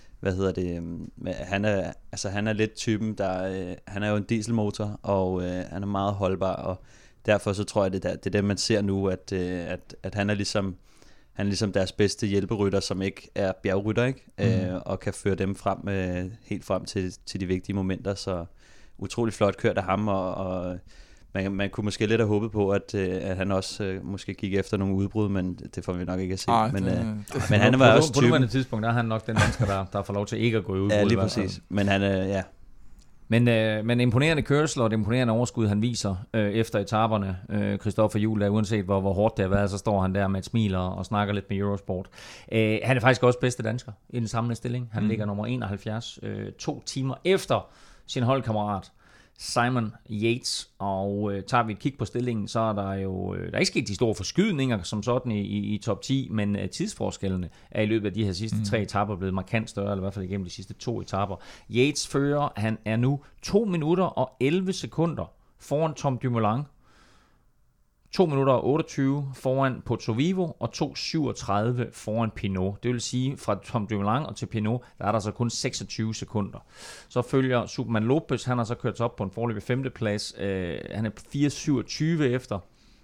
han er lidt typen, han er jo en dieselmotor, og han er meget holdbar, og derfor så tror jeg, det er det man ser nu, at han er ligesom deres bedste hjælperytter, som ikke er bjergrytter, ikke? Og kan føre dem frem helt frem til de vigtige momenter, så utrolig flot kørt af ham, og man kunne måske lidt have håbet på, at han også måske gik efter nogle udbrud, men det får vi nok ikke at se. Men han var også på nuværende tidspunkt, der er han nok den mennesker, der får lov til ikke at gå i udbrud. Ja, lige præcis. Men han ja. Men imponerende kørsel og det imponerende overskud, han viser efter etaperne. Christopher Juhl, uanset hvor hårdt det har været, så står han der med et smil og snakker lidt med Eurosport. Han er faktisk også bedste dansker i den samlede stilling. Han ligger nummer 71, 2 timer efter sin holdkammerat Simon Yates, og tager vi et kig på stillingen, så er der jo der er ikke sket de store forskydninger som sådan i top 10, men tidsforskellene er i løbet af de her sidste 3 etaper blevet markant større, eller i hvert fald igennem de sidste 2 etaper. Yates fører, han er nu 2 minutter og 11 sekunder foran Tom Dumoulin, 2 minutter og 28 foran Pozzovivo og 2:37 foran Pinot. Det vil sige, fra Tom Dumoulin og til Pinot, der er der så kun 26 sekunder. Så følger Superman Lopez, han har så kørt op på en foreløbig 5. plads. Han er 4:27 efter.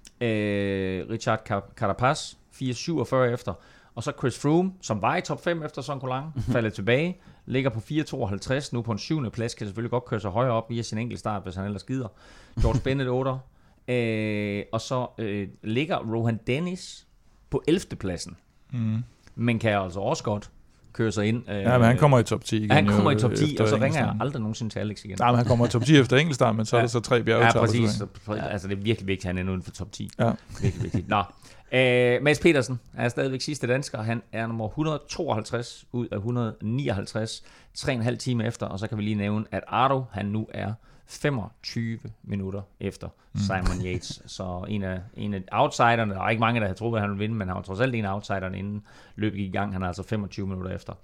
Richard Carapaz, 4:47 efter. Og så Chris Froome, som var i top 5 efter Son Colan, faldet tilbage, ligger på 4:52, nu på en 7. plads, kan selvfølgelig godt køre sig højere op via sin enkelte start, hvis han ellers gider. George Bennett 8. Og så ligger Rohan Dennis på 11. pladsen. Men kan altså også godt køre sig ind. Ja, men han kommer i top 10 igen. Han kommer i top 10, og så ringer jeg aldrig nogensinde til Alex igen. Nej, men han kommer i top 10 efter enkeltstart, men så er der så 3 bjergetapper. Ja, præcis. Altså, det er virkelig vigtigt, at han er uden for top 10. Ja. Virkelig vigtigt. Nå. Mads Petersen er stadigvæk sidste dansker. Han er nummer 152 ud af 159. 3,5 timer efter, og så kan vi lige nævne, at Ardo, han nu er 25 minutter efter Simon Yates. Så en af outsiderne, der er ikke mange, der havde troet, at han ville vinde, men han var trods alt en af outsiderne, inden løbet gik i gang. Han er altså 25 minutter efter.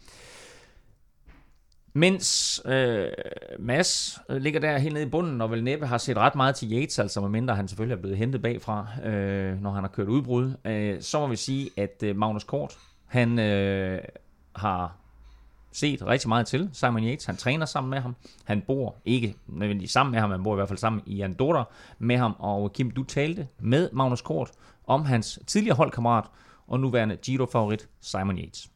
Mens Mads ligger der helt nede i bunden, og vel næppe har set ret meget til Yates, altså medmindre han selvfølgelig er blevet hentet bagfra, når han har kørt udbrud, så må vi sige, at Magnus Kort, han har set rigtig meget til Simon Yates. Han træner sammen med ham. Han bor ikke nødvendigvis sammen med ham, han bor i hvert fald sammen i Andorra med ham. Og Kim, du talte med Magnus Kort om hans tidligere holdkammerat og nuværende Giro-favorit Simon Yates.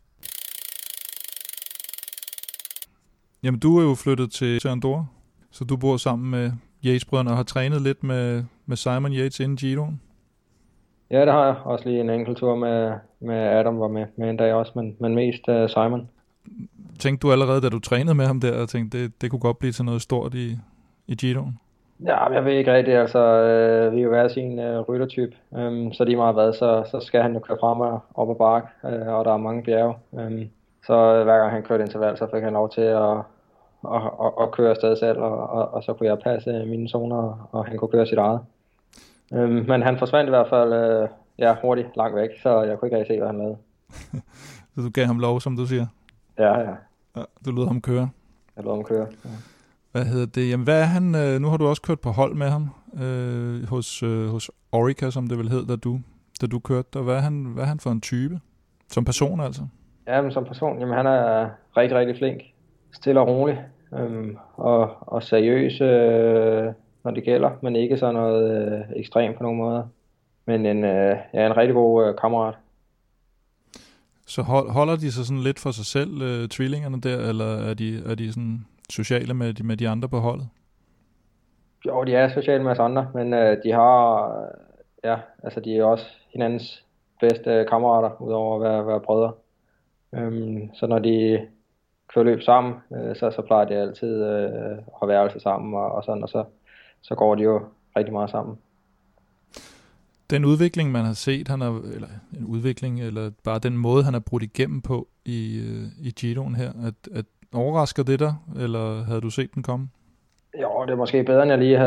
Jamen, du er jo flyttet til Andorra, så du bor sammen med Yates-brødrene og har trænet lidt med Simon Yates inden Giroen. Ja, det har jeg. Også lige en enkelt tur med Adam var med en dag også, men mest Simon. Tænkte du allerede, da du trænede med ham der, og tænkte, det kunne godt blive til noget stort i Giroen? Ja, jeg ved ikke rigtigt. Altså, vi er jo hver sin ryttertype, så lige meget hvad, så skal han jo køre frem og op ad bakke, og der er mange bjerge. Så hver gang han kørte interval, så fik han lov til at køre afsted selv, og så kunne jeg passe mine zoner, og han kunne køre sit eget. Men han forsvandt i hvert fald hurtigt langt væk, så jeg kunne ikke rigtig se, hvad han lavede. Så du gav ham lov, som du siger? Ja. Du lod ham køre? Jeg lod ham køre, ja. Hvad hedder det? Jamen, hvad er han? Nu har du også kørt på hold med ham hos Orica, som det vel hed, da du kørte der. Hvad er han for en type? Som person altså? Ja, men som person, jamen han er rigtig, rigtig flink. Stille og rolig. Og seriøs, når det gælder, men ikke sådan noget ekstremt på nogen måde. Men en rigtig god kammerat. Så holder de sig sådan lidt for sig selv, tvillingerne der, eller er de sådan sociale med de andre på holdet? Jo, de er sociale med os andre, men de har, altså de er også hinandens bedste kammerater, udover at være brødre. Så når de kører løb sammen, så plejer de altid at være altså sammen og sådan, og så går de jo rigtig meget sammen. Den udvikling, man har set, eller en udvikling, eller bare den måde, han er brudt igennem på i Giroen her, at overrasker det dig, eller havde du set den komme? Jo, det er måske bedre, end jeg lige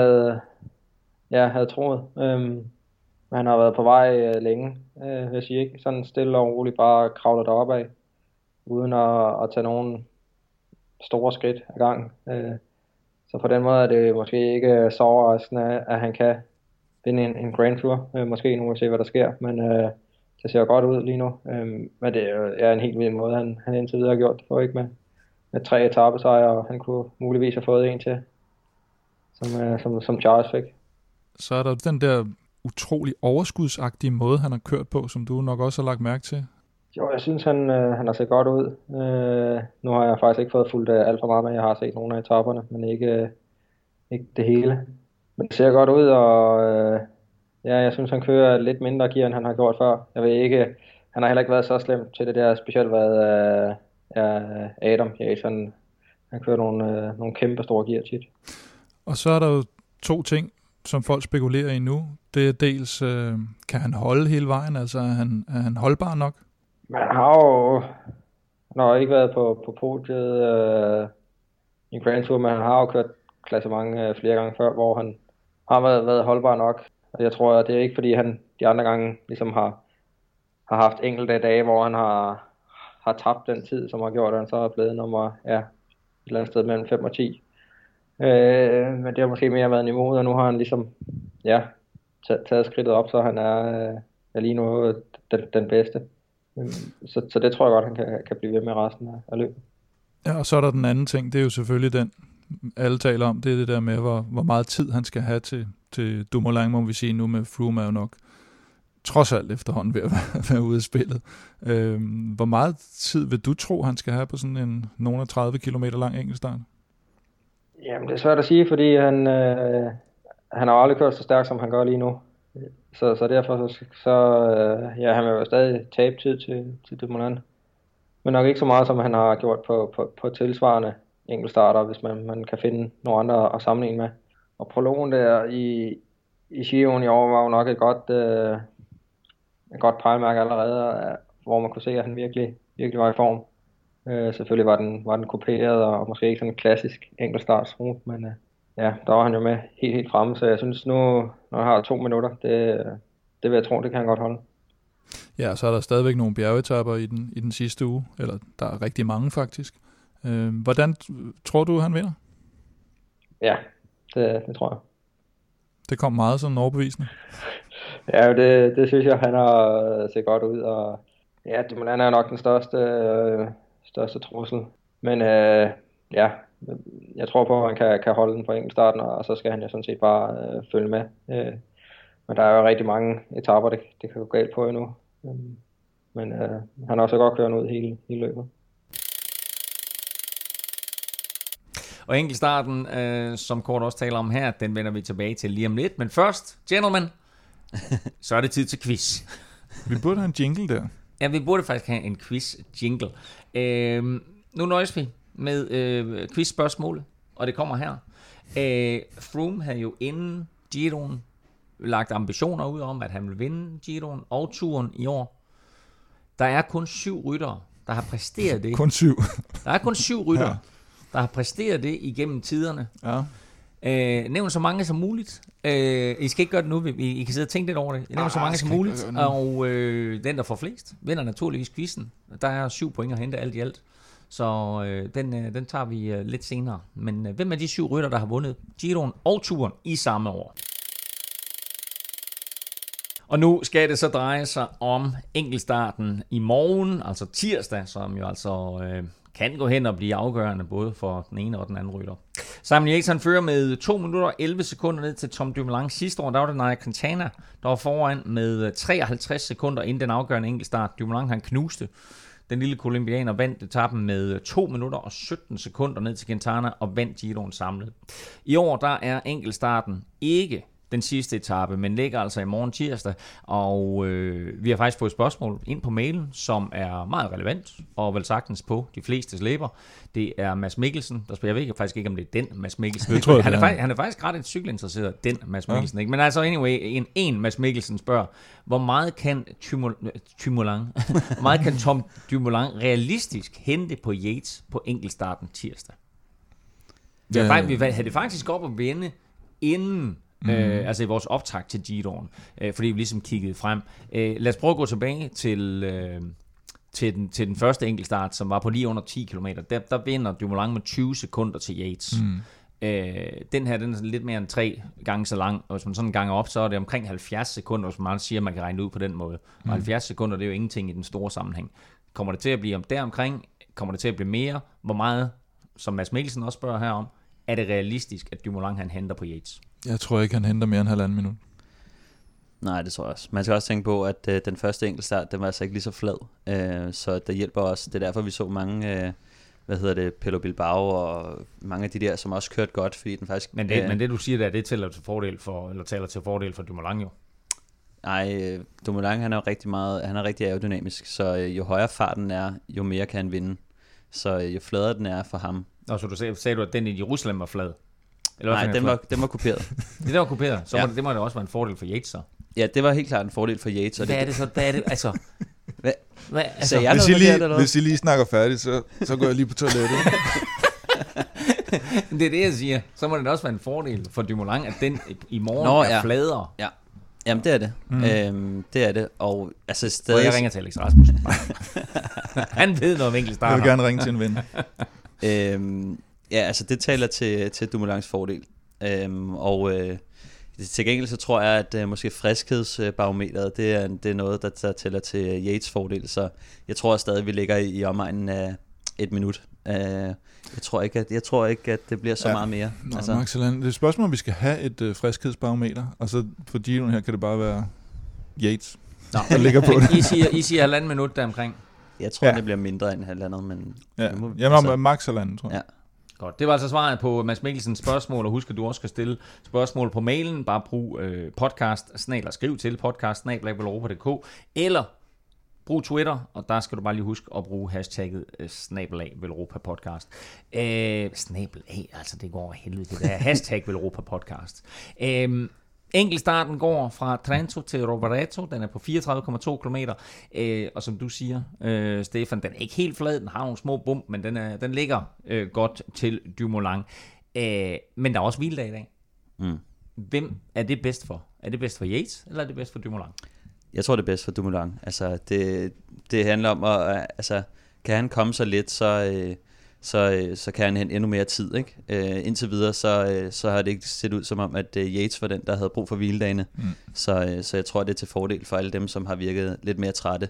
havde troet. Han har været på vej længe, hvis I ikke sådan stille og roligt bare kravler derop af, uden at tage nogen store skridt ad gangen. Så på den måde er det måske ikke så overraskende, at han kan vinde en Grand Tour. Måske nu må vi se, hvad der sker, men det ser godt ud lige nu. Men det er en helt vild måde, han indtil videre har gjort det på, ikke med 3 etapesejre, og han kunne muligvis have fået en til, som Charles fik. Så er der den der utrolig overskudsagtige måde, han har kørt på, som du nok også har lagt mærke til. Jo, jeg synes, han har set godt ud. Nu har jeg faktisk ikke fået fulgt alt for meget med. Jeg har set nogle af etaperne, men ikke det hele. Men det ser godt ud, og jeg synes, han kører lidt mindre gear, end han har gjort før. Jeg ved ikke, han har heller ikke været så slem til det der, specielt hvad Adam Jason. Han kører nogle kæmpe store gear tit. Og så er der jo 2 ting, som folk spekulerer i nu. Det er dels, kan han holde hele vejen? Altså, er han holdbar nok? Men han har ikke været på podiet i Grand Tour, men han har jo kørt klassement flere gange før, hvor han har været holdbar nok. Og jeg tror, at det er ikke fordi, han de andre gange ligesom har haft enkelte dage, hvor han har tabt den tid, som har gjort, at han så er blevet nummer et eller andet sted mellem 5 og 10. Men det har måske mere været niveauet, og nu har han ligesom taget skridtet op, så han er lige nu den bedste. Så det tror jeg godt, han kan blive ved med resten af løbet. Ja, og så er der den anden ting, det er jo selvfølgelig den, alle taler om, det er det der med, hvor meget tid han skal have til Dumoulin, må vi sige nu, med Froome er jo nok trods alt efterhånden ved at være ude af spillet. Hvor meget tid vil du tro, han skal have på sådan nogen af 30 kilometer lang enkeltstart? Jamen, det er svært at sige, fordi han har aldrig kørt så stærkt, som han gør lige nu. Så derfor han vil jo stadig tabe tid til Dumoulin. Men nok ikke så meget, som han har gjort på tilsvarende enkeltstarter, hvis man kan finde nogle andre at sammenligne med. Og prologen der i Giroen i år var jo nok et godt pejlemærke allerede, hvor man kunne se, at han virkelig var i form. Selvfølgelig var den kuperet og måske ikke sådan en klassisk enkeltstartsrute, men der var han jo med helt fremme, så jeg synes nu, når jeg har 2 minutter, det vil jeg tro, det kan han godt holde. Ja, så er der stadigvæk nogle bjergetapper i den sidste uge, eller der er rigtig mange faktisk. Hvordan tror du, han vinder? Ja, det tror jeg. Det kom meget sådan overbevisende. Ja, det synes jeg, han har set godt ud, og ja, Dumoulin er nok den største trussel. Men jeg tror på, at han kan holde den på enkeltstarten, og så skal han jo sådan set bare følge med. Men der er jo rigtig mange etaper, det kan gå galt på endnu. Men han har også godt kørt ud hele løbet. Og enkeltstarten, som Kort også taler om her, den vender vi tilbage til lige om lidt. Men først, gentlemen, så er det tid til quiz. Vi burde have en jingle der. Ja, vi burde faktisk have en quiz-jingle. Nu nøjes vi med quiz-spørgsmålet, og det kommer her. Froome havde jo inden Giroen lagt ambitioner ud om, at han vil vinde Giroen og Touren i år. Der er kun 7 ryttere, der har præsteret det. Kun 7? Der er kun 7 ryttere, der har præsteret det igennem tiderne. Ja. Nævn så mange som muligt. I skal ikke gøre det nu, I kan sidde og tænke lidt over det. Nævn så mange som muligt, og den, der får flest, vinder naturligvis quizzen. Der er 7 point at hente alt i alt. Så den tager vi lidt senere. Men hvem er de 7 rytter, der har vundet Giroen og Touren i samme år? Og nu skal det så dreje sig om enkeltstarten i morgen, altså tirsdag, som jo altså kan gå hen og blive afgørende både for den ene og den anden rytter. Simon Yates han fører med 2 minutter og 11 sekunder ned til Tom Dumoulin. Sidste år der var det Nairo Quintana, der var foran med 53 sekunder inden den afgørende enkeltstart. Dumoulin han knuste den lille kolumbianer, vandt etappen med 2 minutter og 17 sekunder ned til Quintana og vandt Giroen samlet. I år der er enkeltstarten ikke den sidste etape, men ligger altså i morgen tirsdag, og vi har faktisk fået spørgsmål ind på mailen, som er meget relevant, og vel sagtens på de flestes læber. Det er Mads Mikkelsen, der spørger, jeg ved faktisk ikke, om det er den Mads Mikkelsen. Han er faktisk ret et cykelinteresseret, den Mads Mikkelsen, ikke? Men altså anyway, en Mads Mikkelsen spørger, hvor meget kan Tom Dumoulin realistisk hente på Yates på enkeltstarten tirsdag? Vi havde det faktisk op at vende inden altså i vores optakt til Giroen, fordi vi ligesom kiggede frem. Lad os prøve at gå tilbage til den første enkeltstart, som var på lige under 10 km. Der vinder Dumoulin med 20 sekunder til Yates. Den her, den er lidt mere end 3 gange så lang, og hvis man sådan ganger op, så er det omkring 70 sekunder, hvis man siger, man kan regne ud på den måde. Og 70 sekunder, det er jo ingenting i den store sammenhæng. Kommer det til at blive deromkring? Kommer det til at blive mere? Hvor meget, som Mads Mikkelsen også spørger herom, er det realistisk, at Dumoulin han henter på Yates? Jeg tror ikke, han henter mere end 1,5 minut. Nej, det tror jeg også. Man skal også tænke på, at den første enkeltstart, den var altså ikke lige så flad. Så det hjælper også. Det er derfor, vi så mange, Pello Bilbao og mange af de der, som også kørte godt, fordi den faktisk... Men det du siger der, det taler til fordel for Dumoulin jo. Nej, Dumoulin han er rigtig aerodynamisk, så jo højere farten er, jo mere kan han vinde. Så jo fladere den er for ham. Og så sagde du, at den i Jerusalem var flad? Eller nej, den var kuperet. Det var kuperet, så ja. Det må da også være en fordel for Yates så. Ja, det var helt klart en fordel for Yates. Hvad er det så? Hvad er det? Altså... Hvis I lige snakker færdigt, så går jeg lige på toilettet. Det er det, jeg siger. Så må det også være en fordel for Dumoulin, at den i morgen er fladere. Ja. Jamen, det er det. Det er det. Og altså stadig... Og jeg ringer til Alex Rasmussen. Han ved noget om enkeltstarter. Jeg vil gerne ringe til en ven. Ja, altså det taler til Dumoulins fordel. Til gengæld så tror jeg, at måske friskhedsbarometeret, det er noget, der tæller til Yates fordel. Så jeg tror stadig, at vi ligger i omegnen af 1 minut. Jeg tror ikke, at det bliver så meget mere. Nå, altså. Maxeland, det er et spørgsmål, om vi skal have et friskhedsbarometer, og så for Giroen her kan det bare være Yates, der ligger på det. I siger 1,5 minut deromkring. Jeg tror, det bliver mindre end 1,5, men... Jamen, Maxeland, tror jeg. Ja. Godt. Det var altså svaret på Mads Mikkelsens spørgsmål, og husk, at du også skal stille spørgsmål på mailen. Bare brug skriv til podcast@velropa.dk, eller brug Twitter, og der skal du bare lige huske at bruge hashtagget #velropapodcast. Altså det går over helvede, det der hashtag velropapodcast. Enkeltstarten går fra Trento til Rovereto. Den er på 34,2 km. Og som du siger, Stefan, den er ikke helt flad. Den har nogle små bump, men den ligger godt til Dumoulin. Men der er også hviledag i dag. Hvem er det bedst for? Er det bedst for Yates, eller er det bedst for Dumoulin? Jeg tror, det er bedst for Dumoulin. Altså, det handler om, at kan han komme så lidt, så kan han hente endnu mere tid, ikke? Indtil videre, så har det ikke set ud som om, at Yates var den, der havde brug for hviledagene. Så jeg tror, det er til fordel for alle dem, som har virket lidt mere trætte.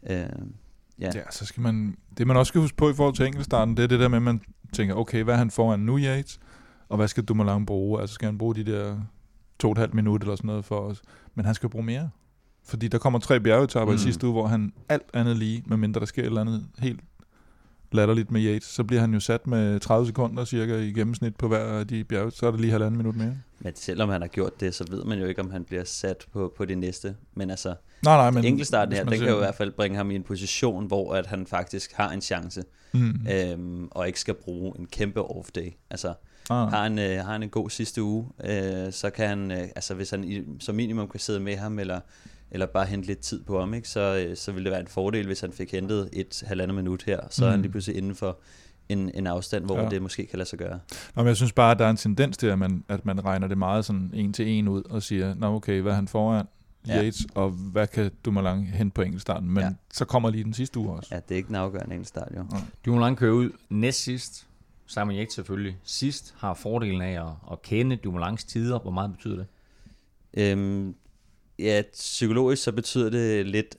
Ja, så skal det man også skal huske på i forhold til enkeltstarten, det er det der med, at man tænker, okay, hvad er han foran nu, Yates? Og hvad skal Dumoulin bruge? Altså skal han bruge de der 2,5 minutter eller sådan noget for os? Men han skal bruge mere. Fordi der kommer 3 bjergetapper i sidste uge, hvor han alt andet lige, medmindre der sker et eller andet helt latterligt med Yates, så bliver han jo sat med 30 sekunder cirka i gennemsnit på hver af de bjerge, så er det lige 1,5 minut mere. Men selvom han har gjort det, så ved man jo ikke, om han bliver sat på det næste. Men altså, men enkeltstarten her, den kan jo i hvert fald bringe ham i en position, hvor at han faktisk har en chance, og ikke skal bruge en kæmpe off-day. Altså, har han en god sidste uge, så kan han, hvis han som minimum kan sidde med ham, eller bare hente lidt tid på ham, ikke? Så ville det være en fordel, hvis han fik hentet 1,5 minut her, så er han lige pludselig inden for en afstand, hvor det måske kan lade sig gøre. Men jeg synes bare, at der er en tendens til, at man regner det meget sådan 1 til 1 ud, og siger, okay, hvad er han foran Yates, og hvad kan Dumoulin hente på enkeltstarten? Men så kommer lige den sidste uge også. Ja, det er ikke en afgørende enkeltstart, jo. Ja. Dumoulin kører ud næst sidst, Simon Yates selvfølgelig sidst, har fordelen af at kende Dumoulins tider. Hvor meget betyder det? Ja, psykologisk så betyder det lidt,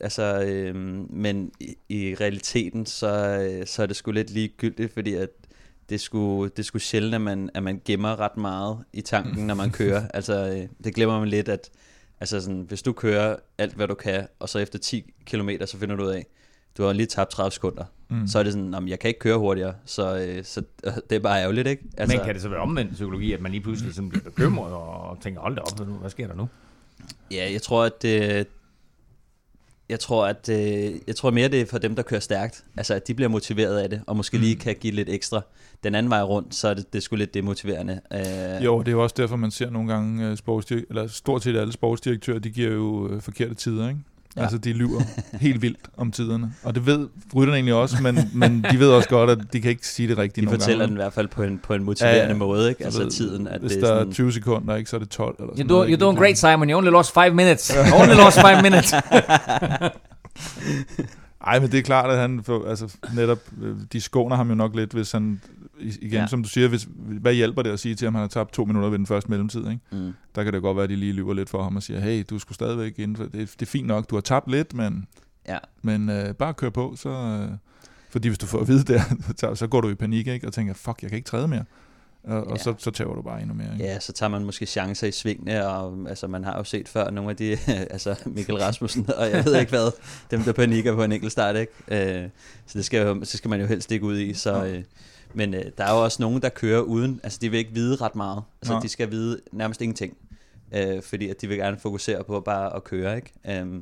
men i realiteten så er det sgu lidt ligegyldigt, fordi at det er sgu sjældent, at man gemmer ret meget i tanken, når man kører. Det glemmer man lidt, at hvis du kører alt, hvad du kan, og så efter 10 kilometer, så finder du ud af, du har lige tabt 30 sekunder. Så er det sådan, jeg kan ikke køre hurtigere, så det er bare ærgerligt, ikke? Altså, men kan det så være omvendt psykologi, at man lige pludselig sådan bliver bekymret og tænker, hold da op, hvad sker der nu? Ja, jeg tror mere, det er for dem, der kører stærkt. Altså, at de bliver motiveret af det, og måske lige kan give lidt ekstra. Den anden vej rundt, så er det sgu lidt demotiverende. Jo, det er jo også derfor, man ser nogle gange eller stort set alle sportsdirektører, de giver jo forkerte tider, ikke? Ja. Altså, de lyver helt vildt om tiderne. Og det ved rytterne egentlig også, men de ved også godt, at de kan ikke sige det rigtigt nogle gange. De fortæller den i hvert fald på en motiverende måde, ikke? Altså tiden. At hvis det der er sådan... 20 sekunder, ikke, så er det 12. Eller sådan You're doing great, Simon. You only lost 5 minutes. Only lost 5 minutes. Ej, men det er klart, at han netop, de skåner ham jo nok lidt, hvis han, igen, som du siger, hvad hjælper det at sige til ham, han har tabt 2 minutter ved den første mellemtid, ikke? Der kan det godt være, at de lige lyver lidt for ham og siger, hey, du skulle stadigvæk inden for, det er fint nok, du har tabt lidt, men bare kør på, så, fordi hvis du får at vide det, så går du i panik, ikke? Og tænker, fuck, jeg kan ikke træde mere. Og så tæver du bare endnu mere, ikke? Ja, så tager man måske chancer i svingene, og altså, man har jo set før nogle af de, altså Mikkel Rasmussen, og jeg ved ikke hvad, dem der panikker på en enkelt start, ikke? Så så skal man jo helst ikke ud i, så... Men der er jo også nogen, der kører uden, altså de vil ikke vide ret meget, altså de skal vide nærmest ingenting, fordi at de vil gerne fokusere på bare at køre, ikke?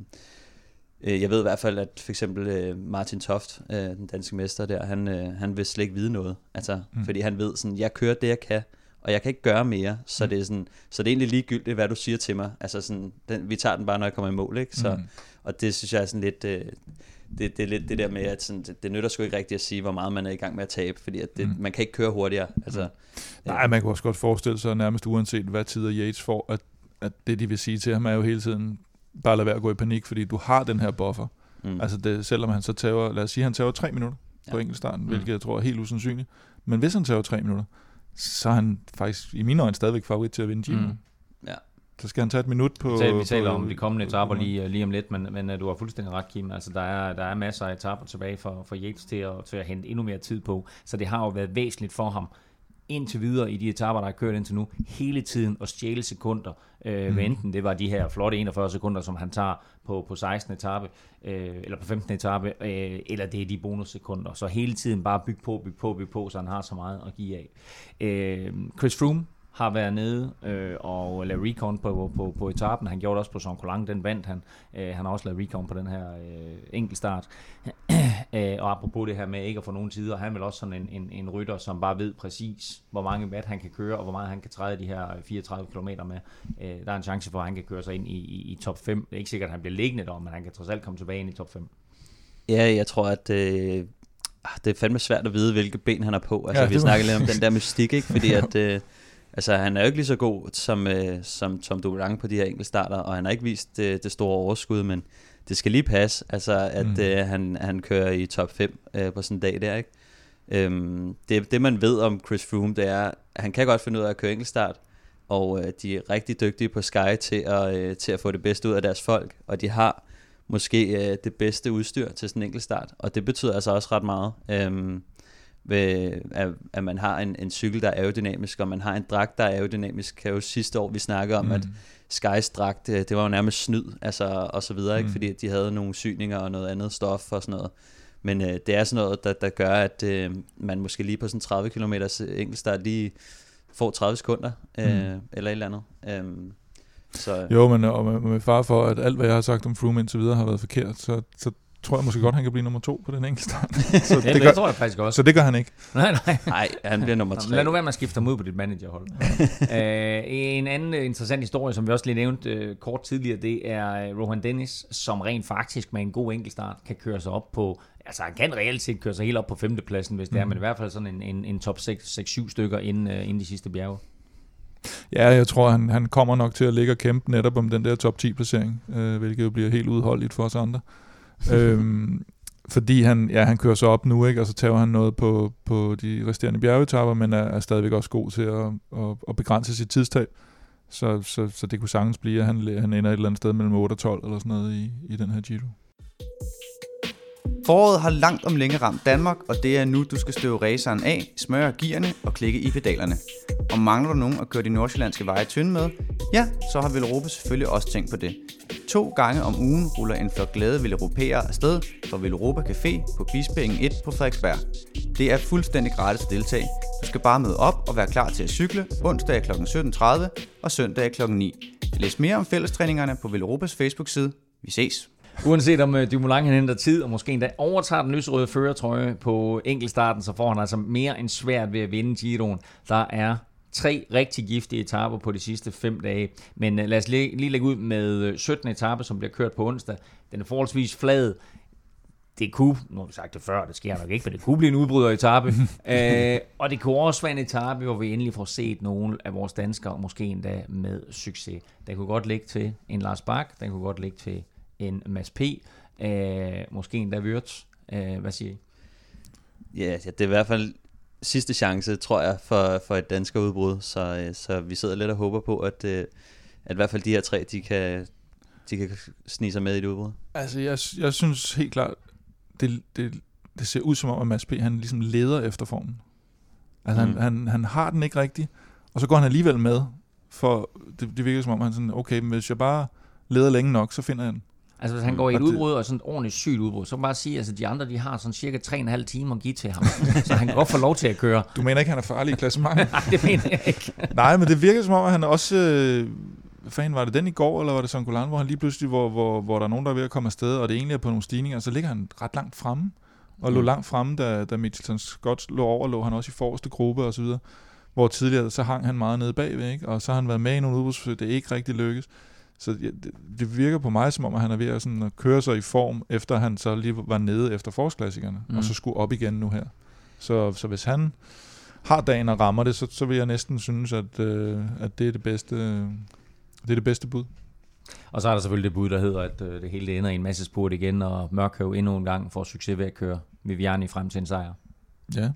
Jeg ved i hvert fald, at for eksempel Martin Toft, den danske mester der, han vil slet ikke vide noget, altså, fordi han ved sådan, jeg kører det jeg kan, og jeg kan ikke gøre mere, så det er sådan, så det er egentlig ligegyldigt, hvad du siger til mig, altså sådan, vi tager den bare, når jeg kommer i mål, ikke? Så, og det synes jeg er sådan lidt, det er lidt det der med, at sådan, det nytter sgu ikke rigtigt at sige, hvor meget man er i gang med at tabe, fordi at man kan ikke køre hurtigere, altså. Nej, man kan også godt forestille sig, nærmest uanset hvad tider Yates får, at det de vil sige til ham er jo hele tiden, bare lad være at gå i panik, fordi du har den her buffer. Altså selvom han så tager, lad os sige, han tager 3 minutter på enkeltstarten, hvilket jeg tror er helt usandsynligt. Men hvis han tager 3 minutter, så er han faktisk i mine øjne stadigvæk favorit til at vinde Giro. Ja. Så skal han tage et minut på... Vi taler om de kommende etaper lige om lidt, men du har fuldstændig ret, Kim. Altså, der er masser af etaper tilbage for Yates til at hente endnu mere tid på, så det har jo været væsentligt for ham indtil videre i de etaper, der er kørt indtil nu, hele tiden at stjæle sekunder. Enten det var de her flotte 41 sekunder, som han tager på 16. etape, eller på 15. etape, eller det er de bonussekunder. Så hele tiden bare bygge på, så han har så meget at give af. Chris Froome har været nede og lavet recon på etappen. Han gjorde det også på Saint-Colang, den vandt han. Han har også lavet recon på den her enkeltstart. Og apropos det her med ikke at få nogen tider, han er vel også sådan en rytter, som bare ved præcis, hvor mange watt han kan køre, og hvor meget han kan træde de her 34 km med. Der er en chance for, at han kan køre sig ind i top 5. Det er ikke sikkert, at han bliver liggende der, men han kan trods alt komme tilbage ind i top 5. Ja, jeg tror, at det er fandme svært at vide, hvilke ben han er på. Altså, vi snakker lidt om den der mystik, ikke? Fordi at... Altså, han er jo ikke lige så god som Dumoulin på de her enkeltstarter, og han har ikke vist det store overskud, men det skal lige passe, altså, at han kører i top 5 på sådan en dag der, ikke? Det man ved om Chris Froome, det er, at han kan godt finde ud af at køre enkeltstart, og de er rigtig dygtige på Sky til at få det bedste ud af deres folk, og de har måske det bedste udstyr til sådan en enkeltstart, og det betyder altså også ret meget. At man har en cykel, der er aerodynamisk, og man har en dragt, der er aerodynamisk. Kan jo sidste år, vi snakkede om, at Skys dragt, det var jo nærmest snyd, altså, og så videre, ikke? Fordi de havde nogle syninger og noget andet stof og sådan noget. Men det er sådan noget, der gør, at man måske lige på sådan 30 km enkeltstart lige får 30 sekunder, eller et eller andet. Så. Jo, men og med far for, at alt, hvad jeg har sagt om Froome indtil videre har været forkert, så tror jeg måske godt, han kan blive nummer 2 på den enkelte start. Det tror jeg faktisk også. Så det gør han ikke. Nej, han bliver nummer 3. Lad nu være med at skifte ham ud på dit managerhold. En anden interessant historie, som vi også lige nævnte kort tidligere, det er Rohan Dennis, som rent faktisk med en god enkeltstart kan køre sig op på, altså han kan reelt set køre sig helt op på 5. pladsen, hvis det er, men i hvert fald sådan en top 6-7 stykker inden de sidste bjerge. Ja, jeg tror, han kommer nok til at ligge og kæmpe netop om den der top 10 placering, hvilket jo bliver helt udholdeligt for os andre. Fordi han kører så op nu, ikke, og så tager han noget på de resterende bjergetapper, men er stadigvæk også god til at begrænse sit tidstab. Så det kunne sagtens blive, at han ender et eller andet sted mellem 8 og 12 eller sådan noget i den her Giro. Foråret har langt om længe ramt Danmark, og det er nu, du skal støve raceren af, smøre gearne og klikke i pedalerne. Og mangler du nogen at køre de nordsjællandske veje tynde med, ja, så har Velropa selvfølgelig også tænkt på det. 2 gange om ugen ruller en flok glade veleuropæere afsted fra Veloropa Café på Bispeengen 1 på Frederiksberg. Det er fuldstændig gratis at deltage. Du skal bare møde op og være klar til at cykle onsdag kl. 17.30 og søndag kl. 9. Læs mere om fællestræningerne på Veloropas Facebook-side. Vi ses! Uanset om Dumoulin han henter tid, og måske endda overtager den lyserøde førertrøje på enkeltstarten, så får han altså mere end svært ved at vinde Giroen. Der er 3 rigtig giftige etaper på de sidste 5 dage. Men lad os lige lægge ud med 17. etape, som bliver kørt på onsdag. Den er forholdsvis flad. Det kunne, nu har vi sagt det før, det sker nok ikke, for det kunne blive en udbryderetape. Og det kunne også være en etape, hvor vi endelig får set nogle af vores danskere, måske endda med succes. Den kunne godt ligge til en Lars Bak, den kunne godt ligge til en Mads P. Måske endda Wirtz. Hvad siger I? Ja, det er i hvert fald sidste chance, tror jeg, for et dansk udbrud. Så vi sidder lidt og håber på, at i hvert fald de her 3, de kan snige sig med i et udbrud. Altså, jeg synes helt klart, det ser ud som om, at Mads P. han ligesom leder efter formen. Altså, han har den ikke rigtigt, og så går han alligevel med, for det virker som om, han sådan, okay, men hvis jeg bare leder længe nok, så finder jeg den. Altså hvis han går i et udbrud, og sådan et ordentligt sygt udbrud, så kan man bare sige, at altså, de andre de har sådan cirka 3,5 timer at give til ham. Så han kan godt få lov til at køre. Du mener ikke, han er farlig i klassementet? Nej, det mener jeg ikke. Nej, men det virker som om, at han også... Hvad fanden var det, den i går, eller var det Songolan, hvor han lige pludselig, hvor der er nogen, der er ved at komme afsted, og det egentlig er på nogle stigninger, så ligger han ret langt fremme, og lå langt fremme, da Mitchelton Scott lå han også i forreste gruppe og så videre, hvor tidligere, så hang han meget nede bagved, ikke? Og så har han været med i nogle udbrudsforsøg, det er ikke rigtig lykkes. Så det virker på mig, som om at han er ved at køre sig i form, efter han så lige var nede efter forårsklassikerne, og så skulle op igen nu her. Så hvis han har dagen og rammer det, så vil jeg næsten synes, at det er det bedste... Det er det bedste bud. Og så er der selvfølgelig det bud, der hedder, at det hele ender i en masse spurt igen, og Mørkøv endnu en gang får succes ved at køre Viviani frem til en sejr. Ja.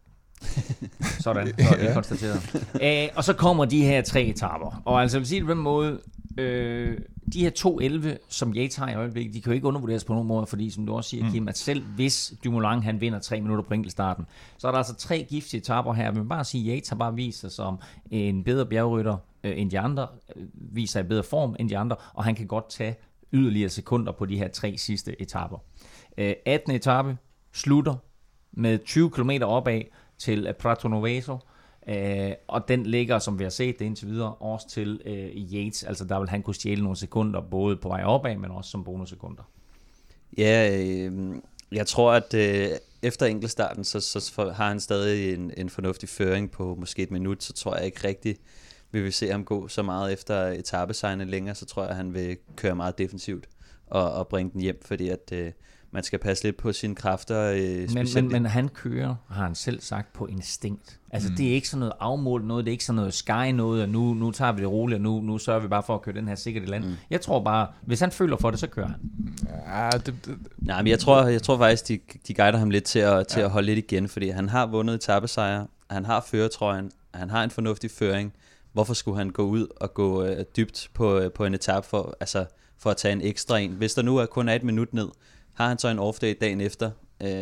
Sådan, så er det konstateret. Og så kommer de her 3 etaper. Og altså jeg vil sige det på den måde, de her 2.11, som Yates har i øjeblikket, de kan jo ikke undervurderes på nogen måde, fordi som du også siger, Kim, at selv hvis Dumoulin han vinder 3 minutter på enkeltstarten, så er der altså 3 giftige etaper her. Men bare sige, at Yates har bare vist sig som en bedre bjergrytter end de andre, viser sig i bedre form end de andre, og han kan godt tage yderligere sekunder på de her 3 sidste etaper. 18. etape slutter med 20 km opad til Prato Noveso, og den ligger, som vi har set det indtil videre, også til Yates. Altså der vil han kunne stjæle nogle sekunder, både på vej opad, men også som bonussekunder. Ja, jeg tror, at efter enkeltstarten, så har han stadig en fornuftig føring på måske 1 minut, så tror jeg ikke rigtigt, vi vil se ham gå så meget efter etapesejrene længere, så tror jeg, at han vil køre meget defensivt og bringe den hjem, fordi at man skal passe lidt på sine kræfter. Men han kører, har han selv sagt, på instinkt. Altså det er ikke sådan noget afmålt noget, det er ikke sådan noget sky noget, og nu tager vi det roligt, og nu sørger vi bare for at køre den her sikkert i land. Jeg tror bare, hvis han føler for det, så kører han. Ja, nej, men jeg tror faktisk, de guider ham lidt til at holde lidt igen, fordi han har vundet etapesejre, han har førertrøjen, han har en fornuftig føring. Hvorfor skulle han gå ud og gå dybt på en etape for at tage en ekstra en? Hvis der nu kun er 1 minut ned, har han så en off-day dagen efter,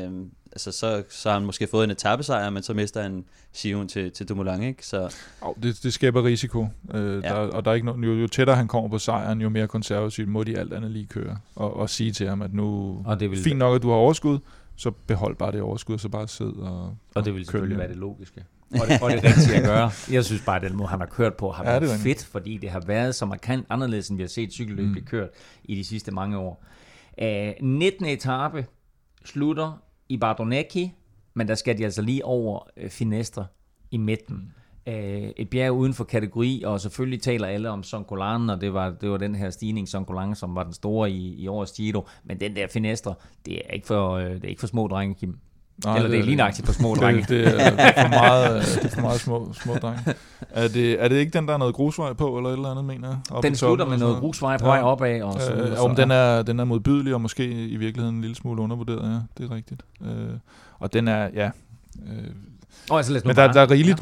så har han måske fået en etapesejr, men så mister han Giroen til Dumoulin, ikke? Så det skaber risiko, og der er ikke noget, jo tættere han kommer på sejren, jo mere konservativt må de alt andet lige køre, og sige til ham, at nu fint nok, at du har overskud, så behold bare det overskud, og så bare sid og det vil selvfølgelig være det logiske. Og det rigtige at gøre. Jeg synes bare, at den måde, han har kørt på, har været fedt, fordi det har været så markant anderledes, end vi har set cykelløb blive kørt i de sidste mange år. 19. etape slutter i Bardonecchi, men der skal de altså lige over Finestre i midten. Et bjerg uden for kategori, og selvfølgelig taler alle om Songolan, og det var den her stigning Songolan, som var den store i årets Giro, men den der Finestre, det er ikke for små drenge, Kim. Nej, eller det er lignagtigt for små drenge. Det er for meget små drenge. Er det ikke den, der er noget grusvej på, eller et eller andet, mener jeg? Den slutter med noget grusvej på vej opad. Og den er modbydelig, og måske i virkeligheden en lille smule undervurderet, ja, det er rigtigt. Og den er, ja... men der er rigeligt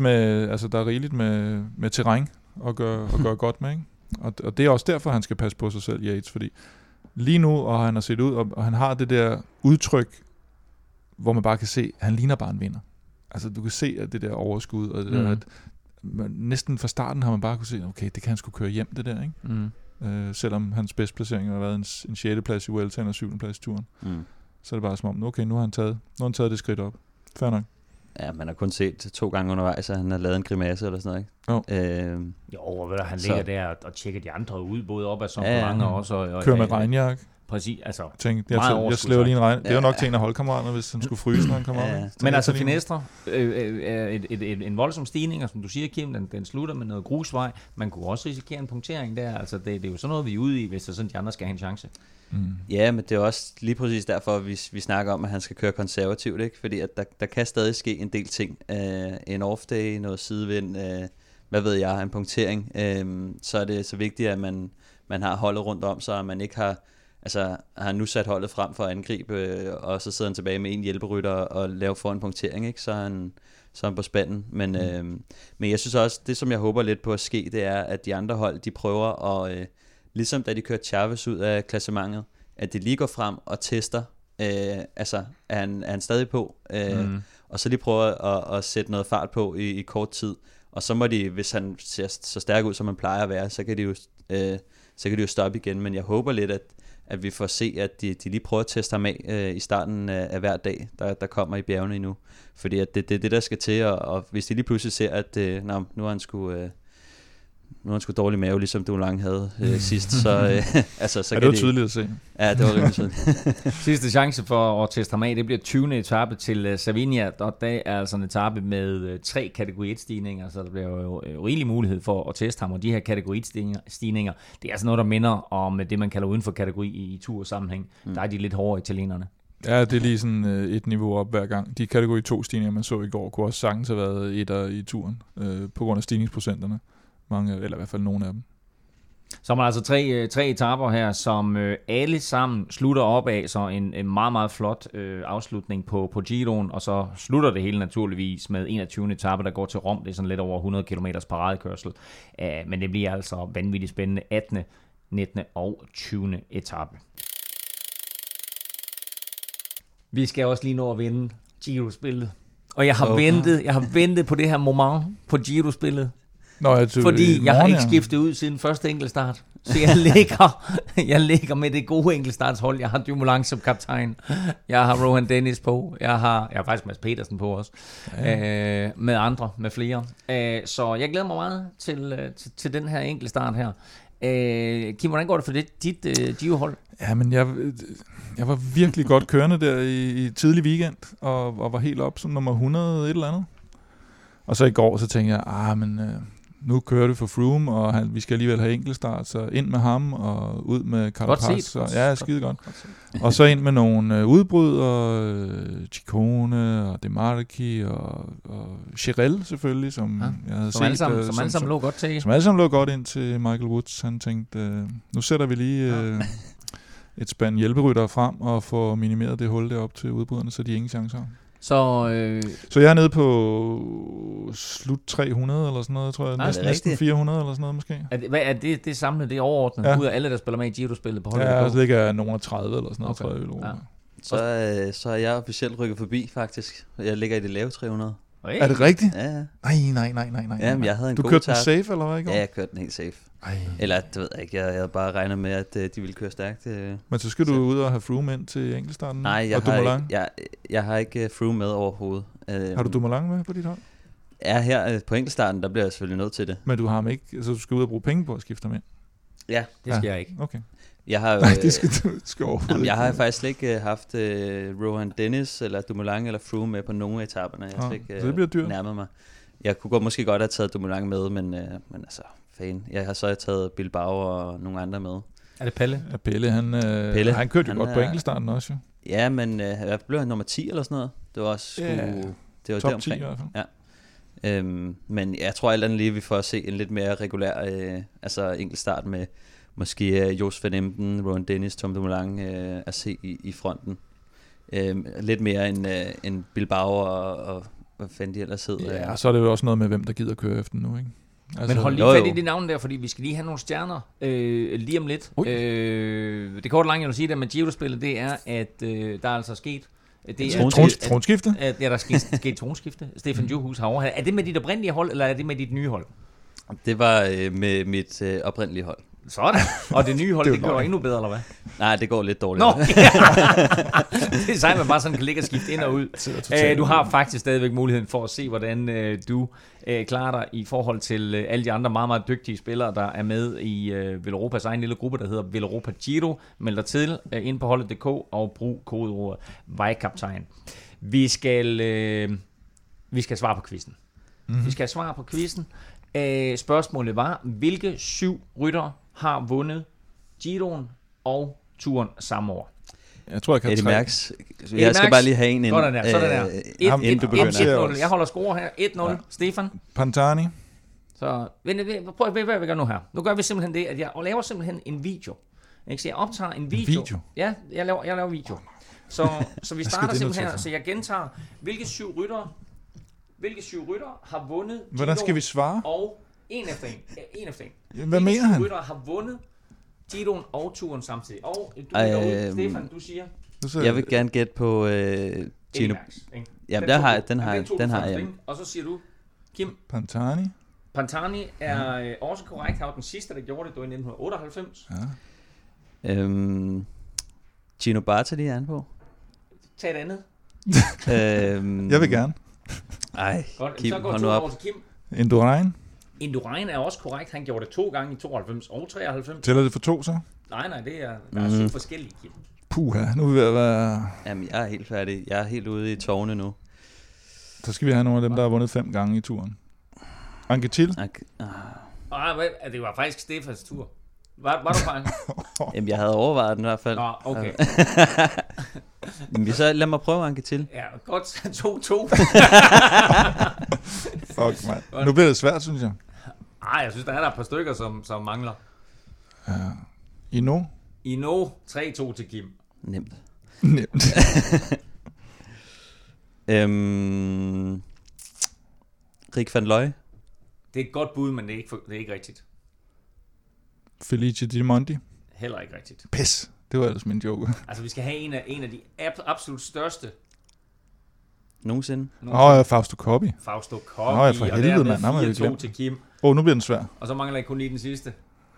med terræn at gøre godt med, ikke? Og det er også derfor, han skal passe på sig selv, Yates, fordi lige nu, og han har set ud, og han har det der udtryk, hvor man bare kan se, at han ligner bare en vinder. Altså, du kan se, at det der overskud, og det der, at næsten fra starten har man bare kunne se, okay, det kan han sgu køre hjem, det der, ikke? selvom hans bedste placering har været en 6. plads i Vueltaen og 7. plads i turen. Så er det bare som om, okay, nu har han taget det skridt op. Fair nok. Ja, man har kun set 2 gange undervejs, at han har lavet en grimasse eller sådan noget, ikke? Jo, han ligger der og tjekker de andre ud, både op ad Sompelanga også. Og kører med regnjakke. Præcis, altså jeg slæver lige en regn. Det er jo nok til en af holdkammeraterne, hvis han skulle fryse, når han kommer op. Men altså Finestre, en voldsom stigning, og som du siger, Kim, den slutter med noget grusvej. Man kunne også risikere en punktering der. Altså det er jo sådan noget, vi er ude i, hvis der sådan de andre skal have en chance. Ja, men det er også lige præcis derfor, vi snakker om, at han skal køre konservativt, ikke? Fordi at der kan stadig ske en del ting. En off-day, noget sidevind, hvad ved jeg, en punktering. Så er det så vigtigt, at man har holdet rundt om, så man ikke har nu sat holdet frem for at angribe, og så sidder han tilbage med en hjælperytter og laver for en punktering, ikke? Så er han på spanden. Men jeg synes også, det som jeg håber lidt på at ske, det er, at de andre hold, de prøver at, ligesom da de kørte Chavez ud af klassementet, at de lige går frem og tester, er han stadig på, og så lige prøver at sætte noget fart på i kort tid, og så må de, hvis han ser så stærk ud, som han plejer at være, så kan de jo stoppe igen. Men jeg håber lidt, at vi får se, at de lige prøver at teste ham af i starten af hver dag, der kommer i bjergene endnu. Fordi at det er det, der skal til, og hvis de lige pludselig ser, at nu har han sgu dårlig mave, ligesom Dumoulin havde sidst, så det var tydeligt at se. Ja, det var rimelig tydeligt. Sidste chance for at teste ham af, det bliver 20. etape til Savinja, og det er altså en etape med 3 kategori 1-stigninger, så der bliver jo rigelig mulighed for at teste ham, og de her kategori 1-stigninger, det er altså noget, der minder om det, man kalder uden for kategori i tursammenhæng. Der er de lidt hårdere italienerne. Ja, det er lige sådan et niveau op hver gang. De kategori 2-stigninger, man så i går, kunne også sagtens have været etter i turen, på grund af stigningsprocenterne. Mange, eller i hvert fald nogle af dem. Så er man altså tre etaper her, som alle sammen slutter op af, så en meget, meget flot afslutning på Giroen, og så slutter det hele naturligvis med 21. etape, der går til Rom. Det er sådan lidt over 100 km paradekørsel, men det bliver altså vanvittigt spændende 18., 19. og 20. etape. Vi skal også lige nå at vinde Giro-spillet, og jeg har ventet på det her moment på Giro-spillet. Fordi jeg har ikke skiftet ud siden første enkeltstart. Så jeg ligger med det gode enkeltstartshold. Jeg har Dumoulin som kaptajn. Jeg har Rohan Dennis på. Jeg har faktisk Mads Petersen på også. Med flere. Så jeg glæder mig meget til den her enkeltstart her. Kim, hvordan går det for dit Giro-hold? Ja, men jeg var virkelig godt kørende der i tidlig weekend, og var helt op som nummer 100 et eller andet. Og så i går, så tænkte jeg, nu kører det for Froome, og vi skal alligevel have enkeltstart, så ind med ham og ud med Carapaz. Ja, skide godt. Og så ind med nogle udbrud, og Ciccone, og Demarchi, og Chirel selvfølgelig, som jeg havde set. Som alle sammen lå godt til. Som alle sammen lå godt ind til Michael Woods. Han tænkte, nu sætter vi lige et spand hjælperytter frem, og får minimeret det hul derop til udbryderne, så de ingen chancer har. Så jeg er nede på slut 300 eller sådan noget, tror jeg. Næsten 400 eller sådan noget måske. Er det samlet, det er overordnet, ud af alle, der spiller med i Giro-spillet på holdet? Ja, så ligger jeg nogen af 30 eller sådan noget, tror jeg. Så er jeg officielt rykket forbi, faktisk. Jeg ligger i det lave 300. Hey. Er det rigtigt? Ja. Nej. Jamen, jeg havde en du god kørte den safe, eller hvad? Ja, jeg kørte den helt safe. Eller, det ved jeg ikke, jeg havde bare regnet med, at de ville køre stærkt. Men så skal du ud og have Froome ind til enkeltstarten? Nej, jeg har ikke Froome med overhovedet. Har du Dumoulin med på dit hold? Ja, her på enkeltstarten, der bliver jeg selvfølgelig nødt til det. Men du har ham ikke, så du skal ud og bruge penge på at skifte ham ind? Ja. Det skal jeg ikke. Okay. Jeg har, det skal overhovedet jeg har faktisk ikke haft Rohan Dennis eller Dumoulin eller Froome med på nogle af etaperne. Jeg har ikke nærmet mig. Jeg kunne måske godt have taget Dumoulin med, men altså, jeg har så taget Bilbao og nogle andre med. Er det Pelle? Ja, Pelle, han kørte jo godt på enkeltstarten også, jo. Ja, men blev han nummer 10 eller sådan noget. Det var også det var top 10 i hvert fald. Ja. Men jeg tror alt andet lige, vi får at se en lidt mere regulær enkeltstart med måske Jos van Emden, Rohan Dennis, Tom Dumoulin at se i fronten. Lidt mere end Bilbao og hvad fanden de ellers hedder. Ja, og så er det jo også noget med, hvem der gider køre efter nu, ikke? Altså, men hold lige fat i de navne der, fordi vi skal lige have nogle stjerner lige om lidt. Det korte lange, jeg vil sige der med Giro-spillet, det er, at der er altså sket tronskifte? Ja, der er sket tronskifte. Stefan Johus har overhalet. Er det med dit oprindelige hold, eller er det med dit nye hold? Det var med mit oprindelige hold. Sådan. Og det nye hold, det går endnu bedre, eller hvad? Nej, det går lidt dårligt. Nå, det er sejt, man bare sådan kan ligge og skifte ind og ud. Du har faktisk stadigvæk muligheden for at se, hvordan du klarer dig i forhold til alle de andre meget, meget dygtige spillere, der er med i Villeuropas egen lille gruppe, der hedder Villeuropa Giro. Meld dig til ind på holdet.dk og brug kodeordet vejkaptajn. Vi skal svare på quizzen. Vi skal svare på quizzen. Spørgsmålet var, hvilke 7 ryttere har vundet Giroen og turen samme år? Jeg tror, jeg kan Eddie 3. Mærks. Jeg skal bare lige have en ind. Sådan der. Inden du begynder. 1-0. Jeg holder score her. 1-0. Ja. Stefan? Pantani. Så prøv at hvad vi gør nu her. Nu gør vi simpelthen det, at jeg laver simpelthen en video. Så jeg optager en video. Ja, jeg laver video. Så vi starter simpelthen her. Så jeg gentager, hvilke 7 ryttere har vundet Giroen. Hvordan skal vi svare? Og en efter en. Hvad mener han? Ryttere har vundet Giroen og turen samtidig. Og du ud, Stefan, du siger. Jeg vil gerne gætte på Gino. Jamen, den har jeg. Og så siger du, Kim. Pantani er også korrekt. Han var den sidste, der gjorde det. Det var i 1998. Ja. Gino Bartali er han på. Tag et andet. Jeg vil gerne. Ej, godt, Kim, så går hold nu op. over til Kim. Indurain er også korrekt. Han gjorde det 2 gange i 92 og 93. Tæller det for 2 så? Nej, det er 7 forskellige, Kim. Puha, nu er vi ved at være... Jamen, jeg er helt færdig. Jeg er helt ude i tårne nu. Så skal vi have nogle af dem, der har vundet 5 gange i turen. Anquetil? Det var faktisk Stefans tur. Var du fanget? Jamen, jeg havde overvejet den i hvert fald. Nå, okay. Men så lad mig prøve Anquetil. Ja, godt. 2-2. Fuck, man. Nu bliver det svært, synes jeg. Jeg synes, der er et par stykker, som mangler. Ino 3-2 til Kim. Nemt. Rick van Looy. Det er et godt bud, men det er ikke rigtigt. Felice Di Monti. Heller ikke rigtigt. Pis. Det var ellers min joke. Altså, vi skal have en af de absolut største. Nogensinde. Fausto Coppi. Og for helvede, mand. 4-2 til Kim. Nu bliver den svær. Og så mangler jeg kun lige den sidste.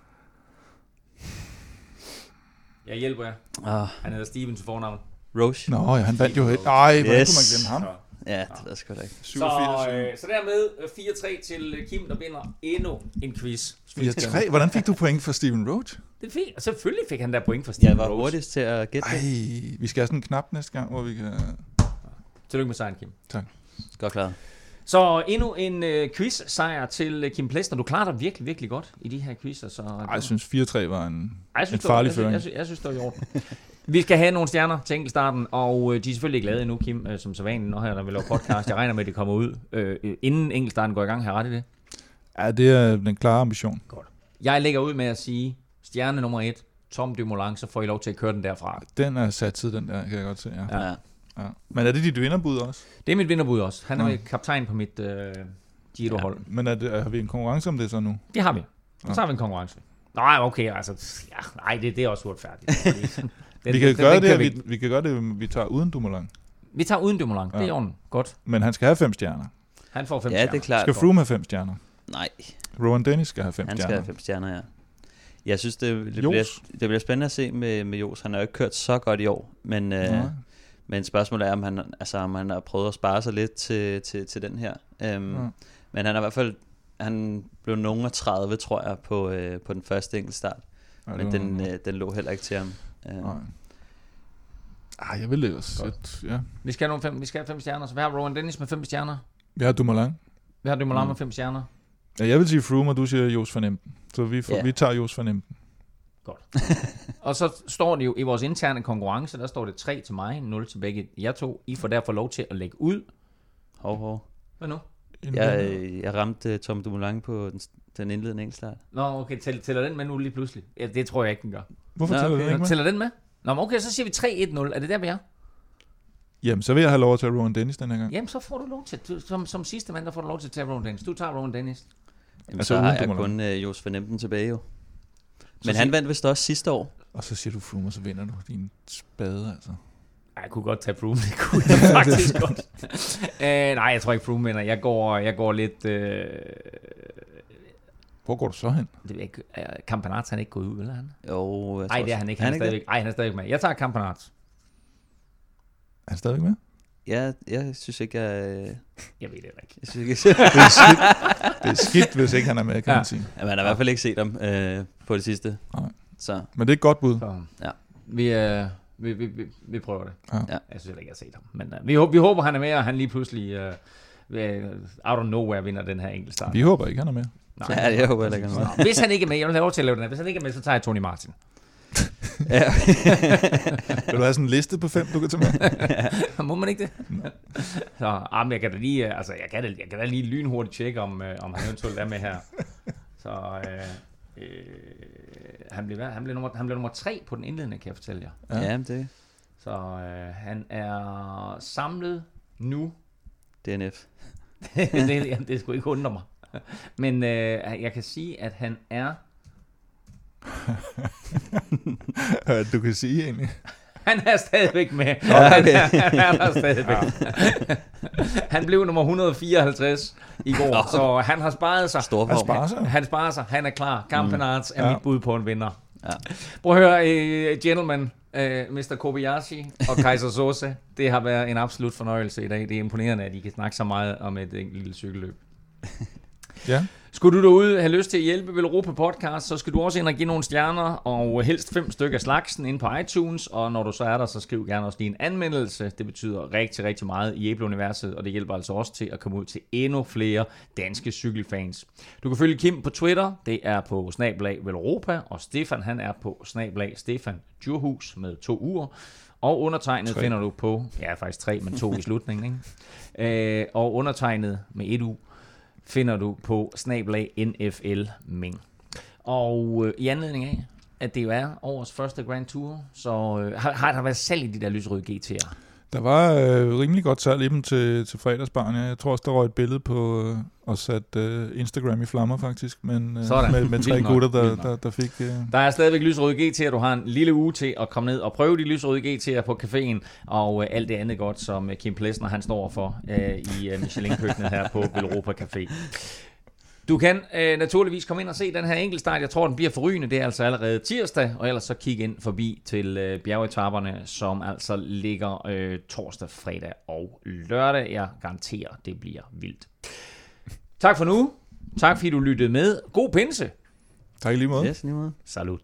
Jeg hjælper jer. Han hedder Steven til fornavn. Roche. Han vandt jo helt. Hvordan kunne man glemme ham? Ja, det ved jeg sgu da ikke. 87. Så dermed 4-3 til Kim, der vinder endnu en quiz. 4-3? Hvordan fik du point for Steven Roach? Det fik, og selvfølgelig fik han der point for Steven Roach. Jeg var hurtigst til at gætte det. Vi skal have sådan en knap næste gang, hvor vi kan... Tillykke med sejren, Kim. Tak. Godt klaret. Så endnu en quiz-sejr til Kim Plesner. Du klarer dig virkelig, virkelig godt i de her quizzer. Så jeg synes 4-3 var en farlig føring. Jeg synes, det var i orden. Vi skal have nogle stjerner til enkeltstarten, og de er selvfølgelig glade endnu, Kim, som så vanligt, når vi laver podcast. Jeg regner med, at det kommer ud, inden enkeltstarten går i gang. Har jeg ret i det? Ja, det er den klare ambition. Godt. Jeg lægger ud med at sige, stjerne nummer 1, Tom Dumoulin, så får I lov til at køre den derfra. Den er sat til, den der, kan jeg godt se. Ja. Men er det dit vinderbud også? Det er mit vinderbud også. Han er kaptajn på mit Giro-hold. Ja, men har vi en konkurrence om det så nu? Det har vi. Så har vi en konkurrence. Nej, okay, altså... Ja, det er også uretfærdigt. Vi kan gøre det, vi tager uden Dumoulin. Vi tager uden Dumoulin, det er ordentligt. Godt. Men han skal have 5 stjerner. Han får 5 stjerner. Ja, det er klart. Skal Froome have 5 stjerner? Nej. Rowan Dennis skal have 5 stjerner. Han skal have 5 stjerner, ja. Jeg synes, det bliver spændende at se med Jos. Han har jo ikke kørt så godt i år, men spørgsmålet er, om han har prøvet at spare sig lidt til den her. Men han er i hvert fald, han blev nogen af 30, tror jeg, på den første enkeltstart. Men den lå heller ikke til ham. Jeg vil også. Ja. Vi skal have 5 stjerner, så vi har Rowan Dennis med 5 stjerner. Vi har Dumoulin. Med 5 stjerner. Ja, jeg vil sige Froome, og du siger Jos van Emden. Så vi tager Jos van Emden. Godt. Og så står det jo i vores interne konkurrence, der står det 3 til mig, 0 til begge jer to. I får derfor lov til at lægge ud. Hov. Hvad nu? Jeg ramte Tom Dumoulin på den indledende enkeltstart. Nå, okay. Tæller den med nu lige pludselig? Ja, det tror jeg ikke, den gør. Hvorfor tæller den ikke med? Tæller den med? Nå, men okay, så siger vi 3-1-0. Er det der, vi er? Jamen, så vil jeg have lov at tage Rowan Dennis den her gang. Jamen, så får du lov til. Som sidste mand, der får du lov til at tage Rowan Dennis. Du tager Rowan Dennis. Jamen, så har jeg kun Jos van Emden tilbage jo. Men han vandt vist også sidste år. Og så siger du Froome, så vinder du din spade, altså. Jeg kunne godt tage Froome, det kunne jeg faktisk godt. Nej, jeg tror ikke Froome vinder. Jeg går lidt... Hvor går du så hen? Det er ikke, Campenaerts, han er ikke gået ud, eller han? Jo, Nej, det er han ikke. Han er stadigvæk med. Jeg tager Campenaerts. Er han stadigvæk med? Ja, jeg synes ikke, Jeg ved det ikke. jeg synes ikke, Det er skidt, hvis ikke han er med, kan man sige. ja, man har i hvert fald ikke set ham på det sidste. Nej. Så Men det er et godt bud. Så, ja. vi prøver det. Ja. Ja. Jeg synes ikke, jeg har set ham. Men vi håber, han er med, og han lige pludselig out of nowhere vinder den her enkeltstart. Vi håber ikke, han er med. Nej. Ja, jeg håber heller ikke, han er med. Hvis han ikke er med, jeg vil have lov til at lave den her. Hvis han ikke er med, så tager jeg Tony Martin. Ja. Vil du have sådan en liste på 5, du kan tage med? Må man ikke det? Så, men jeg kan da lige, jeg kan da lige lynhurtigt tjekke, om han eventuelt er med her. Så han blev nummer 3 på den indledende, kan jeg fortælle jer. Ja, det Så han er samlet nu. DNF. det skulle ikke undre mig. Men jeg kan sige, at han er... Du kan sige egentlig. Han er stadigvæk med. Ja, okay. Han er stadigvæk. Ja. Han blev nummer 154 i går, så han har sparet sig. Han sparer sig. Han er klar. Campenaerts er mit bud på en vinder. Ja. Prøv at høre, gentlemen, Mr. Kobayashi og Kaiser Soze. Det har været en absolut fornøjelse i dag. Det er imponerende, at I kan snakke så meget om et lille cykelløb. Ja. Skulle du derude have lyst til at hjælpe Vel Europa Podcast, så skal du også ind og give nogle stjerner, og helst 5 stykker af slagsen ind på iTunes, og når du så er der, så skriv gerne også lige en anmeldelse. Det betyder rigtig, rigtig meget i Æble-universet, og det hjælper altså også til at komme ud til endnu flere danske cykelfans. Du kan følge Kim på Twitter, det er på @Veleuropa, og Stefan, han er på @Stefan Djurhus med 2 uger. Og undertegnet 3. Finder du på, ja faktisk 3, men 2 i slutningen, ikke? Og undertegnet med 1 u finder du på @NFL Ming. Og i anledning af, at det jo er årets første Grand Tour, så har der været salg i de der lyserøde GT'er? Der var rimelig godt salg i dem til fredagsbarn. Jeg tror også, der røg et billede på og sat Instagram i flammer faktisk, men med 3 gutter, der fik... Der er stadigvæk lyserøde GT'er. Du har en lille uge til at komme ned og prøve de lyserøde GT'er på caféen, og alt det andet godt, som Kim Plesner han står for i Michelin-køkkenet her på Vel Europa Café. Du kan naturligvis komme ind og se den her enkeltstart. Jeg tror, den bliver forrygende. Det er altså allerede tirsdag, og ellers så kig ind forbi til bjergetaperne, som altså ligger torsdag, fredag og lørdag. Jeg garanterer, det bliver vildt. Tak for nu. Tak fordi du lyttede med. God pinse. Tak lige måde. Yes, lige måde. Salut.